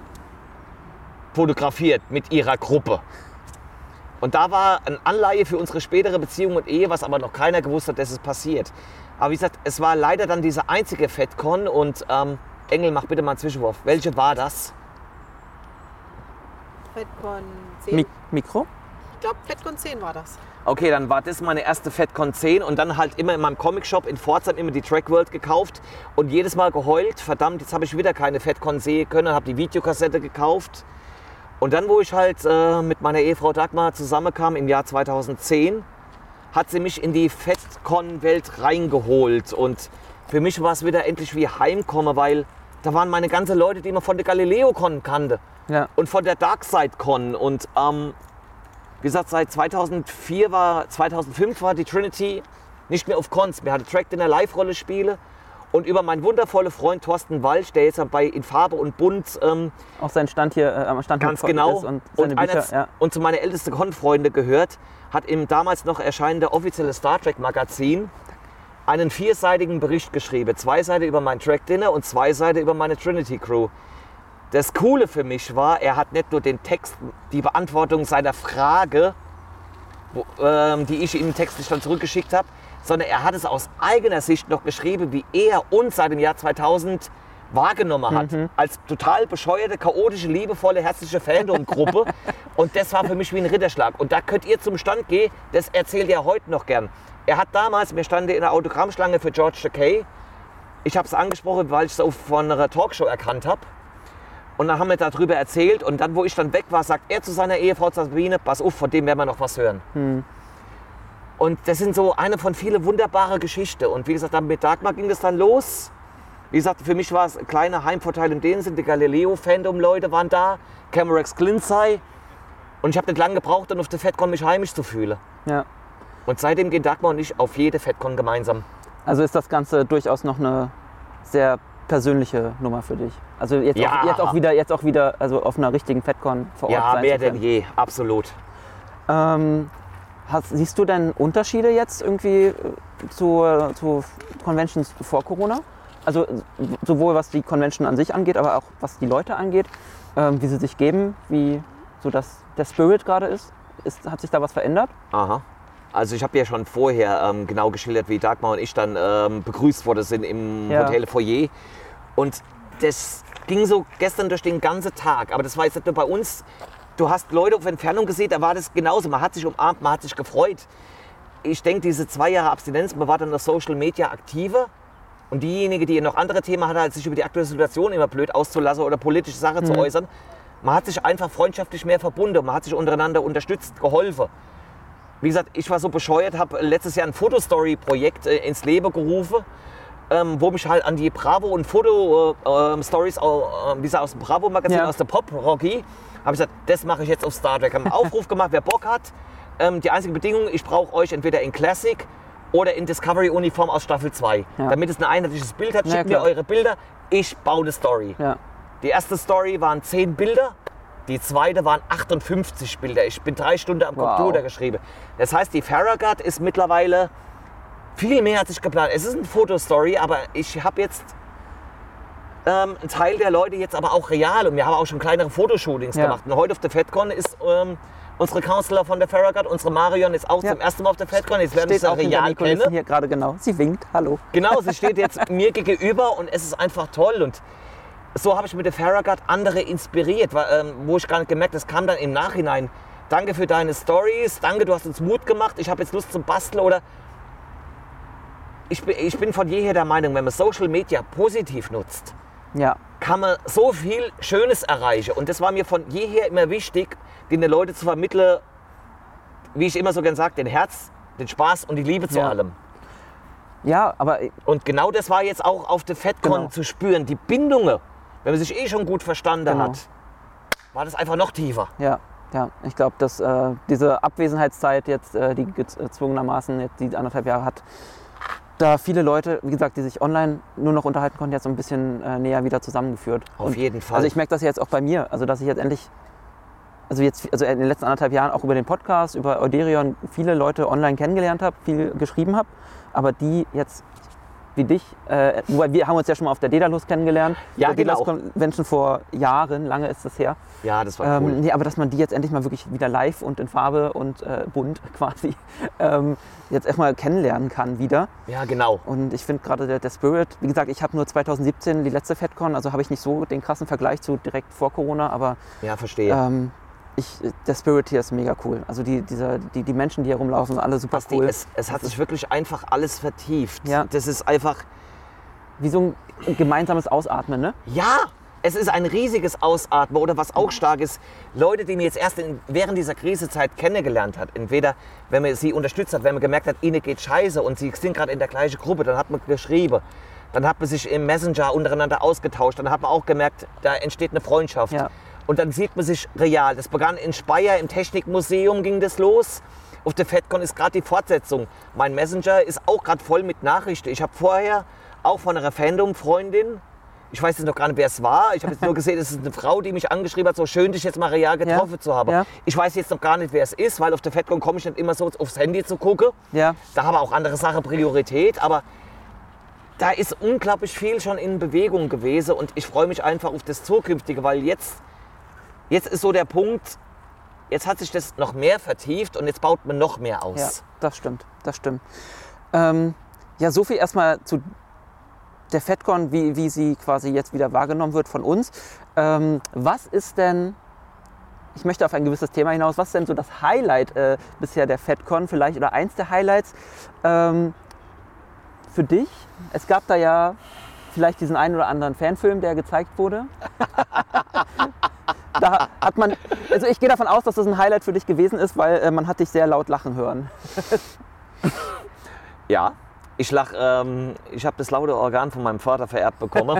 fotografiert mit ihrer Gruppe. Und da war eine Anleihe für unsere spätere Beziehung und Ehe, was aber noch keiner gewusst hat, dass es passiert. Aber wie gesagt, es war leider dann diese einzige FedCon und Engel, mach bitte mal einen Zwischenwurf. Welche war das? FedCon 10. Mikro? Ich glaube, FedCon 10 war das. Okay, dann war das meine erste FedCon 10 und dann halt immer in meinem Comic-Shop in Pforzheim immer die Track World gekauft und jedes Mal geheult, verdammt, jetzt habe ich wieder keine FedCon sehen können, habe die Videokassette gekauft. Und dann, wo ich halt mit meiner Ehefrau Dagmar zusammenkam im Jahr 2010, hat sie mich in die FedCon-Welt reingeholt. Und für mich war es wieder endlich wie Heimkommen, weil da waren meine ganzen Leute, die man von der Galileo-Con kannte. Ja. Und von der Darkside-Con. Und wie gesagt, seit 2005 war die Trinity nicht mehr auf Cons. Wir hatten Track in der Live-Rolle-Spiele. Und über meinen wundervollen Freund Thorsten Walch, der jetzt in Farbe und Bunt auch sein Stand hier am Stand ganz genau ist und seine Bücher. Und zu meinen ältesten Con-Freunde gehört, hat im damals noch erscheinende offizielle Star Trek Magazin einen 4-seitigen Bericht geschrieben. 2 Seiten über mein Track Dinner und 2 Seiten über meine Trinity Crew. Das Coole für mich war, er hat nicht nur den Text, die Beantwortung seiner Frage, die ich ihm textlich dann zurückgeschickt habe, sondern er hat es aus eigener Sicht noch geschrieben, wie er uns seit dem Jahr 2000 wahrgenommen hat. Als total bescheuerte, chaotische, liebevolle, herzliche Fandom-Gruppe. Und das war für mich wie ein Ritterschlag. Und da könnt ihr zum Stand gehen, das erzählt er heute noch gern. Er hat damals, wir standen in der Autogrammschlange für George Takei. Ich habe es angesprochen, weil ich es von einer Talkshow erkannt habe. Und dann haben wir darüber erzählt. Und dann, wo ich dann weg war, sagt er zu seiner Ehefrau Sabine, pass auf, von dem werden wir noch was hören. Und das sind so eine von vielen wunderbaren Geschichten. Und wie gesagt, dann mit Dagmar ging es dann los. Wie gesagt, für mich war es ein kleiner Heimvorteil in dem Sinn. Die Galileo-Fandom-Leute waren da, Camerex Glinsey. Und ich habe nicht lange gebraucht, um auf der FedCon mich heimisch zu fühlen. Ja. Und seitdem gehen Dagmar und ich auf jede FedCon gemeinsam. Also ist das Ganze durchaus noch eine sehr persönliche Nummer für dich. Also jetzt auch wieder also auf einer richtigen FedCon vor Ort sein. Ja, mehr denn je, absolut. Siehst du denn Unterschiede jetzt irgendwie zu Conventions vor Corona? Also sowohl was die Convention an sich angeht, aber auch was die Leute angeht, wie sie sich geben, wie so der Spirit gerade ist? Hat sich da was verändert? Aha. Also ich habe ja schon vorher genau geschildert, wie Dagmar und ich dann begrüßt worden sind im Hotel Foyer. Und das ging so gestern durch den ganzen Tag. Aber das war jetzt nicht nur bei uns. Du hast Leute auf Entfernung gesehen, da war das genauso. Man hat sich umarmt, man hat sich gefreut. Ich denke, diese 2 Jahre Abstinenz, man war dann auf Social Media aktiver. Und diejenigen, die noch andere Themen hatten, als sich über die aktuelle Situation immer blöd auszulassen oder politische Sachen zu äußern, man hat sich einfach freundschaftlich mehr verbunden. Man hat sich untereinander unterstützt, geholfen. Wie gesagt, ich war so bescheuert, habe letztes Jahr ein Fotostory-Projekt ins Leben gerufen, wo mich halt an die Bravo- und Foto-Stories aus dem Bravo-Magazin, aus der Pop-Rocky, habe ich gesagt, das mache ich jetzt auf Star Trek. Habe einen Aufruf gemacht, wer Bock hat. Die einzige Bedingung, ich brauche euch entweder in Classic oder in Discovery-Uniform aus Staffel 2. Ja. Damit es ein einheitliches Bild hat, schickt mir eure Bilder, ich baue eine Story. Ja. Die erste Story waren 10 Bilder. Die zweite waren 58 Bilder. Ich bin 3 Stunden am Computer geschrieben. Das heißt, die Farragut ist mittlerweile viel mehr als ich geplant. Es ist eine Fotostory, aber ich habe jetzt einen Teil der Leute jetzt aber auch real. Und wir haben auch schon kleinere Fotoshootings gemacht. Und heute auf der FedCon ist unsere Counselor von der Farragut, unsere Marion, ist auch zum ersten Mal auf der FedCon. Jetzt werden wir sie real kennen. Hier gerade genau. Sie winkt. Hallo. Genau, sie steht jetzt mir gegenüber und es ist einfach toll. Und so habe ich mit der Farragut andere inspiriert, wo ich gar nicht gemerkt habe, das kam dann im Nachhinein. Danke für deine Stories, danke, du hast uns Mut gemacht, ich habe jetzt Lust zum Basteln oder... Ich bin von jeher der Meinung, wenn man Social Media positiv nutzt, kann man so viel Schönes erreichen. Und das war mir von jeher immer wichtig, den Leuten zu vermitteln, wie ich immer so gern sage, den Herz, den Spaß und die Liebe zu allem. Ja, aber... Und genau das war jetzt auch auf der FedCon zu spüren, die Bindungen. Wenn man sich schon gut verstanden hat, war das einfach noch tiefer. Ja, ich glaube, dass diese Abwesenheitszeit jetzt, die gezwungenermaßen jetzt die 1,5 Jahre hat, da viele Leute, wie gesagt, die sich online nur noch unterhalten konnten, jetzt so ein bisschen näher wieder zusammengeführt. Auf jeden Fall. Also ich merke das jetzt auch bei mir, also dass ich jetzt endlich, also in den letzten 1,5 Jahren auch über den Podcast, über Euderion viele Leute online kennengelernt habe, viel geschrieben habe, aber die jetzt wie dich, wobei wir haben uns ja schon mal auf der Daedalus kennengelernt. Ja, genau. Menschen vor Jahren, lange ist das her. Ja, das war cool. Nee, aber dass man die jetzt endlich mal wirklich wieder live und in Farbe und bunt quasi jetzt erstmal kennenlernen kann wieder. Ja, genau. Und ich finde gerade der Spirit, wie gesagt, ich habe nur 2017 die letzte FedCon, also habe ich nicht so den krassen Vergleich zu direkt vor Corona, aber... Ja, verstehe. Der Spirit hier ist mega cool. Also die Menschen, die hier rumlaufen, sind alle super cool. Es hat sich wirklich einfach alles vertieft. Ja. Das ist einfach... Wie so ein gemeinsames Ausatmen, ne? Ja, es ist ein riesiges Ausatmen. Oder was auch stark ist, Leute, die man jetzt erst während dieser Krisenzeit kennengelernt hat. Entweder, wenn man sie unterstützt hat, wenn man gemerkt hat, ihnen geht scheiße und sie sind gerade in der gleichen Gruppe, dann hat man geschrieben. Dann hat man sich im Messenger untereinander ausgetauscht. Dann hat man auch gemerkt, da entsteht eine Freundschaft. Ja. Und dann sieht man sich real. Das begann in Speyer, im Technikmuseum ging das los. Auf der FedCon ist gerade die Fortsetzung. Mein Messenger ist auch gerade voll mit Nachrichten. Ich habe vorher auch von einer Fandom-Freundin. Ich weiß jetzt noch gar nicht, wer es war. Ich habe jetzt nur gesehen, es ist eine Frau, die mich angeschrieben hat, so schön, dich jetzt mal real getroffen zu haben. Ja. Ich weiß jetzt noch gar nicht, wer es ist, weil auf der FedCon komme ich nicht immer so aufs Handy zu gucken. Ja. Da haben auch andere Sachen Priorität, aber da ist unglaublich viel schon in Bewegung gewesen und ich freue mich einfach auf das Zukünftige, weil jetzt ist so der Punkt, jetzt hat sich das noch mehr vertieft und jetzt baut man noch mehr aus. Ja, das stimmt, das stimmt. Ja, so viel erstmal zu der FedCon, wie sie quasi jetzt wieder wahrgenommen wird von uns. Was ist denn, ich möchte auf ein gewisses Thema hinaus, was ist denn so das Highlight bisher der FedCon vielleicht oder eins der Highlights für dich? Es gab da ja vielleicht diesen einen oder anderen Fanfilm, der gezeigt wurde. Da hat man, also ich gehe davon aus, dass das ein Highlight für dich gewesen ist, weil man hat dich sehr laut lachen hören. Ja, ich habe das laute Organ von meinem Vater vererbt bekommen.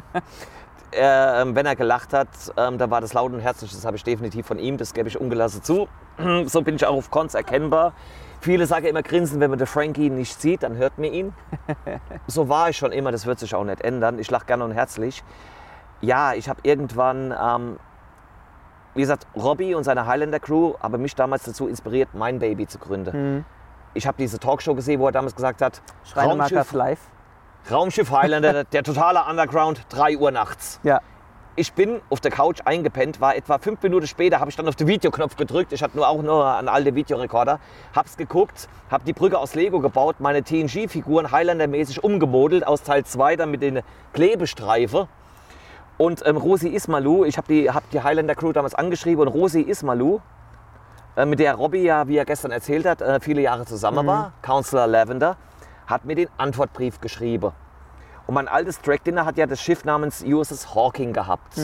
Wenn er gelacht hat, da war das laut und herzlich, das habe ich definitiv von ihm, das gebe ich ungelassen zu. So bin ich auch auf Cons erkennbar. Viele sagen immer grinsen, wenn man den Frankie nicht sieht, dann hört man ihn. So war ich schon immer, das wird sich auch nicht ändern. Ich lache gerne und herzlich. Ja, ich habe irgendwann, wie gesagt, Robbie und seine Highlander Crew haben mich damals dazu inspiriert, mein Baby zu gründen. Ich habe diese Talkshow gesehen, wo er damals gesagt hat, Schreinemakers live. Raumschiff Highlander, der totale Underground, 3 Uhr nachts. Ja. Ich bin auf der Couch eingepennt, war etwa 5 Minuten später, habe ich dann auf den Videoknopf gedrückt. Ich hatte nur einen alten Videorekorder. Hab's geguckt, habe die Brücke aus Lego gebaut, meine TNG-Figuren Highlander-mäßig umgemodelt aus Teil 2 dann mit den Klebestreifen. Und Rosi Ismailou, ich habe die Highlander Crew damals angeschrieben und Rosi Ismailou, mit der Robbie ja, wie er gestern erzählt hat, viele Jahre zusammen war, Counselor Lavender, hat mir den Antwortbrief geschrieben. Und mein altes Track-Dinner hat ja das Schiff namens USS Hawking gehabt.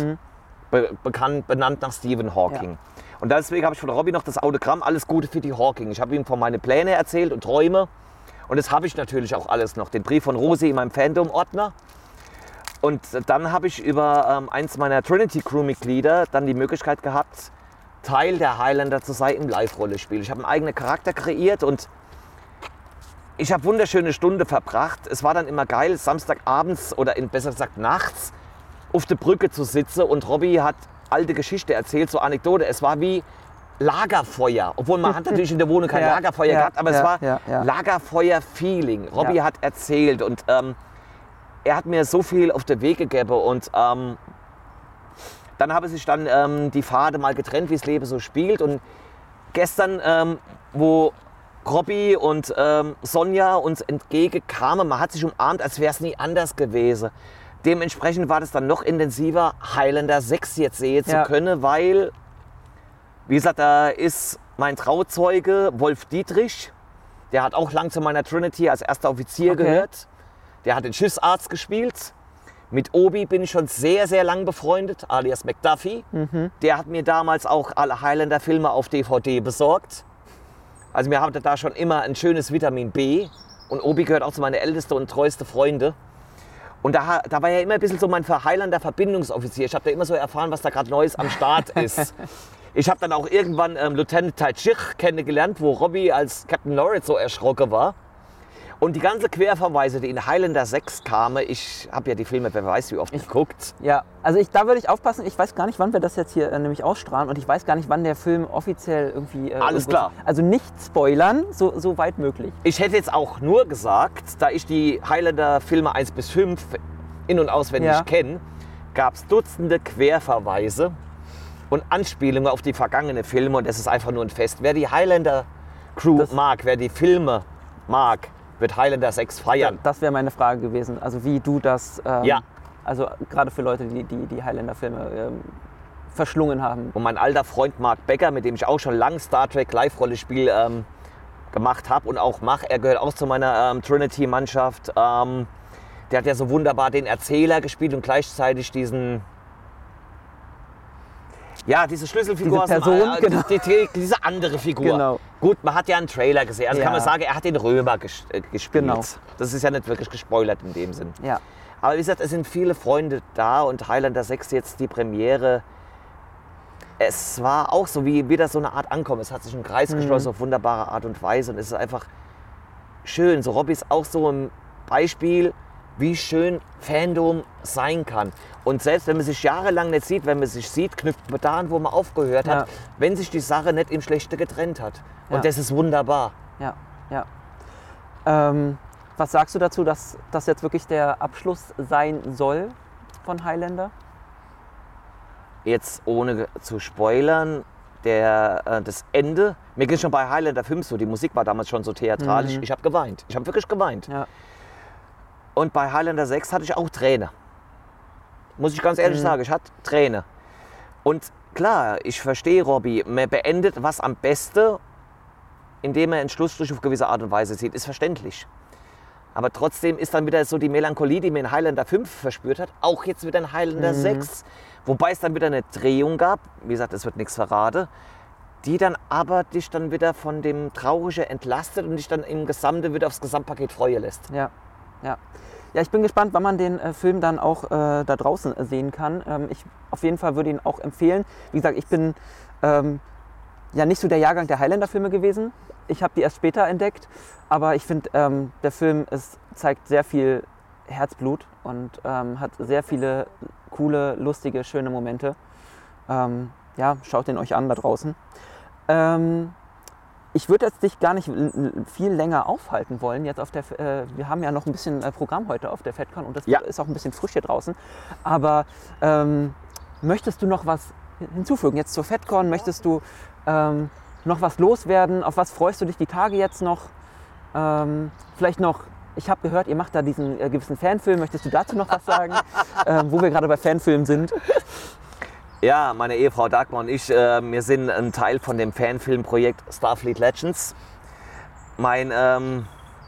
Benannt nach Stephen Hawking. Ja. Und deswegen habe ich von Robbie noch das Autogramm, alles Gute für die Hawking. Ich habe ihm von meinen Plänen erzählt und Träume. Und das habe ich natürlich auch alles noch. Den Brief von Rosi in meinem Fandom-Ordner. Und dann habe ich über eins meiner Trinity-Crew-Mitglieder dann die Möglichkeit gehabt, Teil der Highlander zu sein im Live-Rollenspiel. Ich habe einen eigenen Charakter kreiert und ich habe wunderschöne Stunden verbracht. Es war dann immer geil, Samstagabends oder besser gesagt nachts auf der Brücke zu sitzen und Robbie hat alte Geschichte erzählt, so Anekdote. Es war wie Lagerfeuer, obwohl man hat natürlich in der Wohnung kein Lagerfeuer gehabt, aber es war Lagerfeuer-Feeling. Robbie hat erzählt und er hat mir so viel auf den Weg gegeben und dann habe sich dann die Pfade mal getrennt, wie das Leben so spielt. Und gestern, wo Robbie und Sonja uns entgegenkamen, man hat sich umarmt, als wäre es nie anders gewesen. Dementsprechend war das dann noch intensiver, Highlander 6 jetzt sehen zu können, weil, wie gesagt, da ist mein Trauzeuge Wolf Dietrich, der hat auch lang zu meiner Trinity als erster Offizier gehört. Der hat den Schiffsarzt gespielt. Mit Obi bin ich schon sehr, sehr lang befreundet, alias McDuffie. Der hat mir damals auch alle Highlander-Filme auf DVD besorgt. Also wir haben da schon immer ein schönes Vitamin B. Und Obi gehört auch zu meinen ältesten und treuesten Freunden. Und da war ja immer ein bisschen so mein Highlander-Verbindungsoffizier. Ich habe da immer so erfahren, was da gerade Neues am Start ist. Ich habe dann auch irgendwann Lieutenant Tajik kennengelernt, wo Robbie als Captain Norris so erschrocken war. Und die ganze Querverweise, die in Highlander 6 kamen, ich habe ja die Filme, wer weiß wie oft geguckt. Ja, also da würde ich aufpassen, ich weiß gar nicht, wann wir das jetzt hier nämlich ausstrahlen und ich weiß gar nicht, wann der Film offiziell irgendwie... Alles klar. Also nicht spoilern, so weit möglich. Ich hätte jetzt auch nur gesagt, da ich die Highlander Filme 1 bis 5 in- und auswendig kenne, gab es Dutzende Querverweise und Anspielungen auf die vergangenen Filme und es ist einfach nur ein Fest. Wer die Highlander Crew mag, wer die Filme mag, wird Highlander 6 feiern. Das wäre meine Frage gewesen. Also wie du das, also gerade für Leute, die Highlander-Filme verschlungen haben. Und mein alter Freund Mark Becker, mit dem ich auch schon lange Star Trek Live-Rollenspiel gemacht habe und auch mache, er gehört auch zu meiner Trinity-Mannschaft. Der hat ja so wunderbar den Erzähler gespielt und gleichzeitig diese Schlüsselfigur, diese Person, genau. diese andere Figur. Genau. Gut, man hat ja einen Trailer gesehen, also kann man sagen, er hat den Römer gespielt. Genau. Das ist ja nicht wirklich gespoilert in dem Sinn. Ja. Aber wie gesagt, es sind viele Freunde da und Highlander 6 jetzt die Premiere. Es war auch so wie wieder so eine Art Ankommen. Es hat sich ein Kreis geschlossen auf wunderbare Art und Weise und es ist einfach schön. So Robbie ist auch so ein Beispiel, wie schön Fandom sein kann. Und selbst wenn man sich jahrelang nicht sieht, wenn man sich sieht, knüpft man da an, wo man aufgehört hat, wenn sich die Sache nicht in Schlechte getrennt hat. Und das ist wunderbar. Ja, ja. Was sagst du dazu, dass das jetzt wirklich der Abschluss sein soll von Highlander? Jetzt ohne zu spoilern, das Ende, mir ging es schon bei Highlander 5 so, die Musik war damals schon so theatralisch, ich habe geweint. Ich habe wirklich geweint. Ja. Und bei Highlander 6 hatte ich auch Träne. Muss ich ganz ehrlich sagen, ich hatte Träne. Und klar, ich verstehe Robbie, man beendet was am besten, indem er einen Schlussstrich auf gewisse Art und Weise zieht, ist verständlich. Aber trotzdem ist dann wieder so die Melancholie, die man in Highlander 5 verspürt hat, auch jetzt wieder in Highlander 6. Wobei es dann wieder eine Drehung gab, wie gesagt, es wird nichts verraten, die dann aber dich dann wieder von dem Traurigen entlastet und dich dann im Gesamte wieder aufs Gesamtpaket freuen lässt. Ja, ja. Ja, ich bin gespannt, wann man den Film dann auch da draußen sehen kann. Ich auf jeden Fall würde ihn auch empfehlen. Wie gesagt, ich bin ja nicht so der Jahrgang der Highlander-Filme gewesen. Ich habe die erst später entdeckt, aber ich finde, der Film zeigt sehr viel Herzblut und hat sehr viele coole, lustige, schöne Momente. Ja, schaut den euch an da draußen. Ich würde jetzt dich gar nicht viel länger aufhalten wollen. Jetzt wir haben ja noch ein bisschen Programm heute auf der FedCon und das ist auch ein bisschen frisch hier draußen. Aber möchtest du noch was hinzufügen jetzt zur FedCon? Möchtest du noch was loswerden? Auf was freust du dich die Tage jetzt noch? Vielleicht noch, ich habe gehört, ihr macht da diesen gewissen Fanfilm. Möchtest du dazu noch was sagen? Wo wir gerade bei Fanfilmen sind. Ja, meine Ehefrau Dagmar und ich, wir sind ein Teil von dem Fanfilmprojekt Starfleet Legends. Mein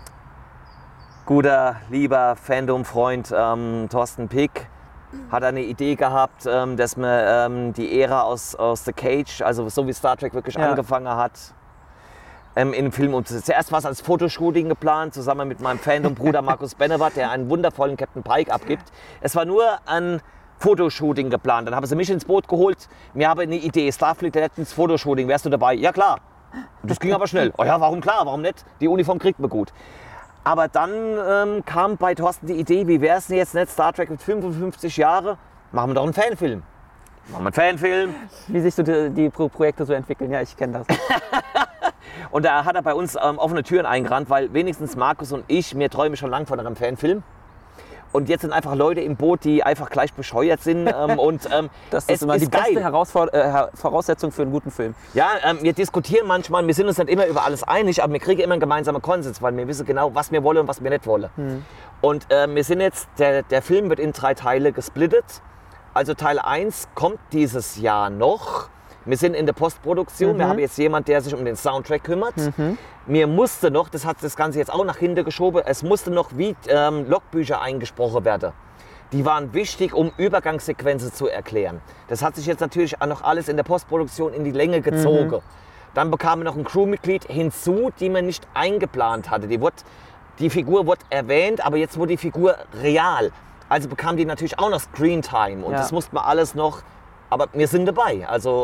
guter, lieber Fandom-Freund Thorsten Pick hat eine Idee gehabt, dass man die Ära aus The Cage, also so wie Star Trek wirklich angefangen hat, in den Film umzusetzen. Zuerst war es als Fotoshooting geplant, zusammen mit meinem Fandom-Bruder Markus Benewat, der einen wundervollen Captain Pike abgibt. Es war nur ein Fotoshooting geplant. Dann haben sie mich ins Boot geholt. Wir haben eine Idee, Starfleet Legends Fotoshooting. Wärst du dabei? Ja, klar. Das ging aber schnell. Oh ja, warum klar? Warum nicht? Die Uniform kriegt man gut. Aber dann kam bei Thorsten die Idee, wie wäre es denn jetzt nicht Star Trek mit 55 Jahren? Machen wir doch einen Fanfilm. Machen wir einen Fanfilm. Wie sich so die Projekte so entwickeln? Ja, ich kenne das. Und da hat er bei uns offene Türen eingerannt, weil wenigstens Markus und ich, mir träumen schon lange von einem Fanfilm. Und jetzt sind einfach Leute im Boot, die einfach gleich bescheuert sind. Das ist immer die beste Voraussetzung für einen guten Film. Ja, wir diskutieren manchmal, wir sind uns nicht immer über alles einig, aber wir kriegen immer einen gemeinsamen Konsens, weil wir wissen genau, was wir wollen und was wir nicht wollen. Und wir sind jetzt, der Film wird in 3 Teile gesplittet. Also Teil 1 kommt dieses Jahr noch. Wir sind in der Postproduktion, wir haben jetzt jemanden, der sich um den Soundtrack kümmert. Mir musste noch, das hat das Ganze jetzt auch nach hinten geschoben, es musste noch wie Logbücher eingesprochen werden. Die waren wichtig, um Übergangssequenzen zu erklären. Das hat sich jetzt natürlich auch noch alles in der Postproduktion in die Länge gezogen. Dann bekamen wir noch ein Crewmitglied hinzu, die man nicht eingeplant hatte. Die Figur wurde erwähnt, aber jetzt wurde die Figur real. Also bekam die natürlich auch noch Screentime und das musste man alles noch. Aber wir sind dabei. Also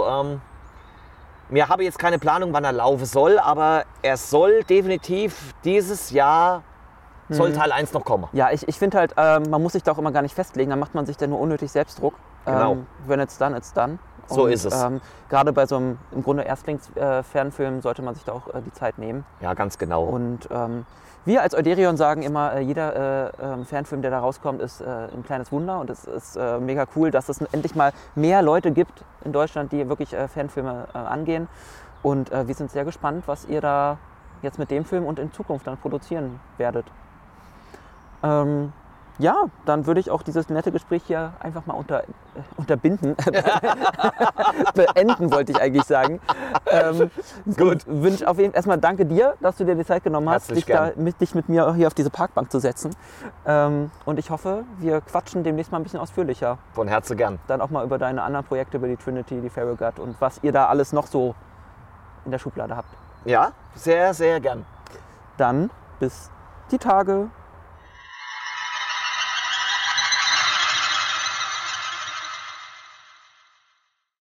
wir haben jetzt keine Planung, wann er laufen soll, aber er soll definitiv dieses Jahr, soll Teil 1 noch kommen. Ja, ich finde halt, man muss sich da auch immer gar nicht festlegen, dann macht man sich dann nur unnötig Selbstdruck. Genau. Wenn it's done, it's done. So ist es. Gerade bei so einem im Grunde Erstlingsfernfilm sollte man sich da auch die Zeit nehmen. Ja, ganz genau. Und wir als Euderion sagen immer, jeder Fanfilm, der da rauskommt, ist ein kleines Wunder. Und es ist mega cool, dass es endlich mal mehr Leute gibt in Deutschland, die wirklich Fanfilme angehen. Und wir sind sehr gespannt, was ihr da jetzt mit dem Film und in Zukunft dann produzieren werdet. Ja, dann würde ich auch dieses nette Gespräch hier einfach mal unterbinden. Beenden wollte ich eigentlich sagen. Gut. Wünsche auf jeden Fall erstmal danke dir, dass du dir die Zeit genommen hast, dich mit mir hier auf diese Parkbank zu setzen. Und ich hoffe, wir quatschen demnächst mal ein bisschen ausführlicher. Von Herzen gern. Dann auch mal über deine anderen Projekte, über die Trinity, die Farragut und was ihr da alles noch so in der Schublade habt. Ja, sehr, sehr gern. Dann bis die Tage.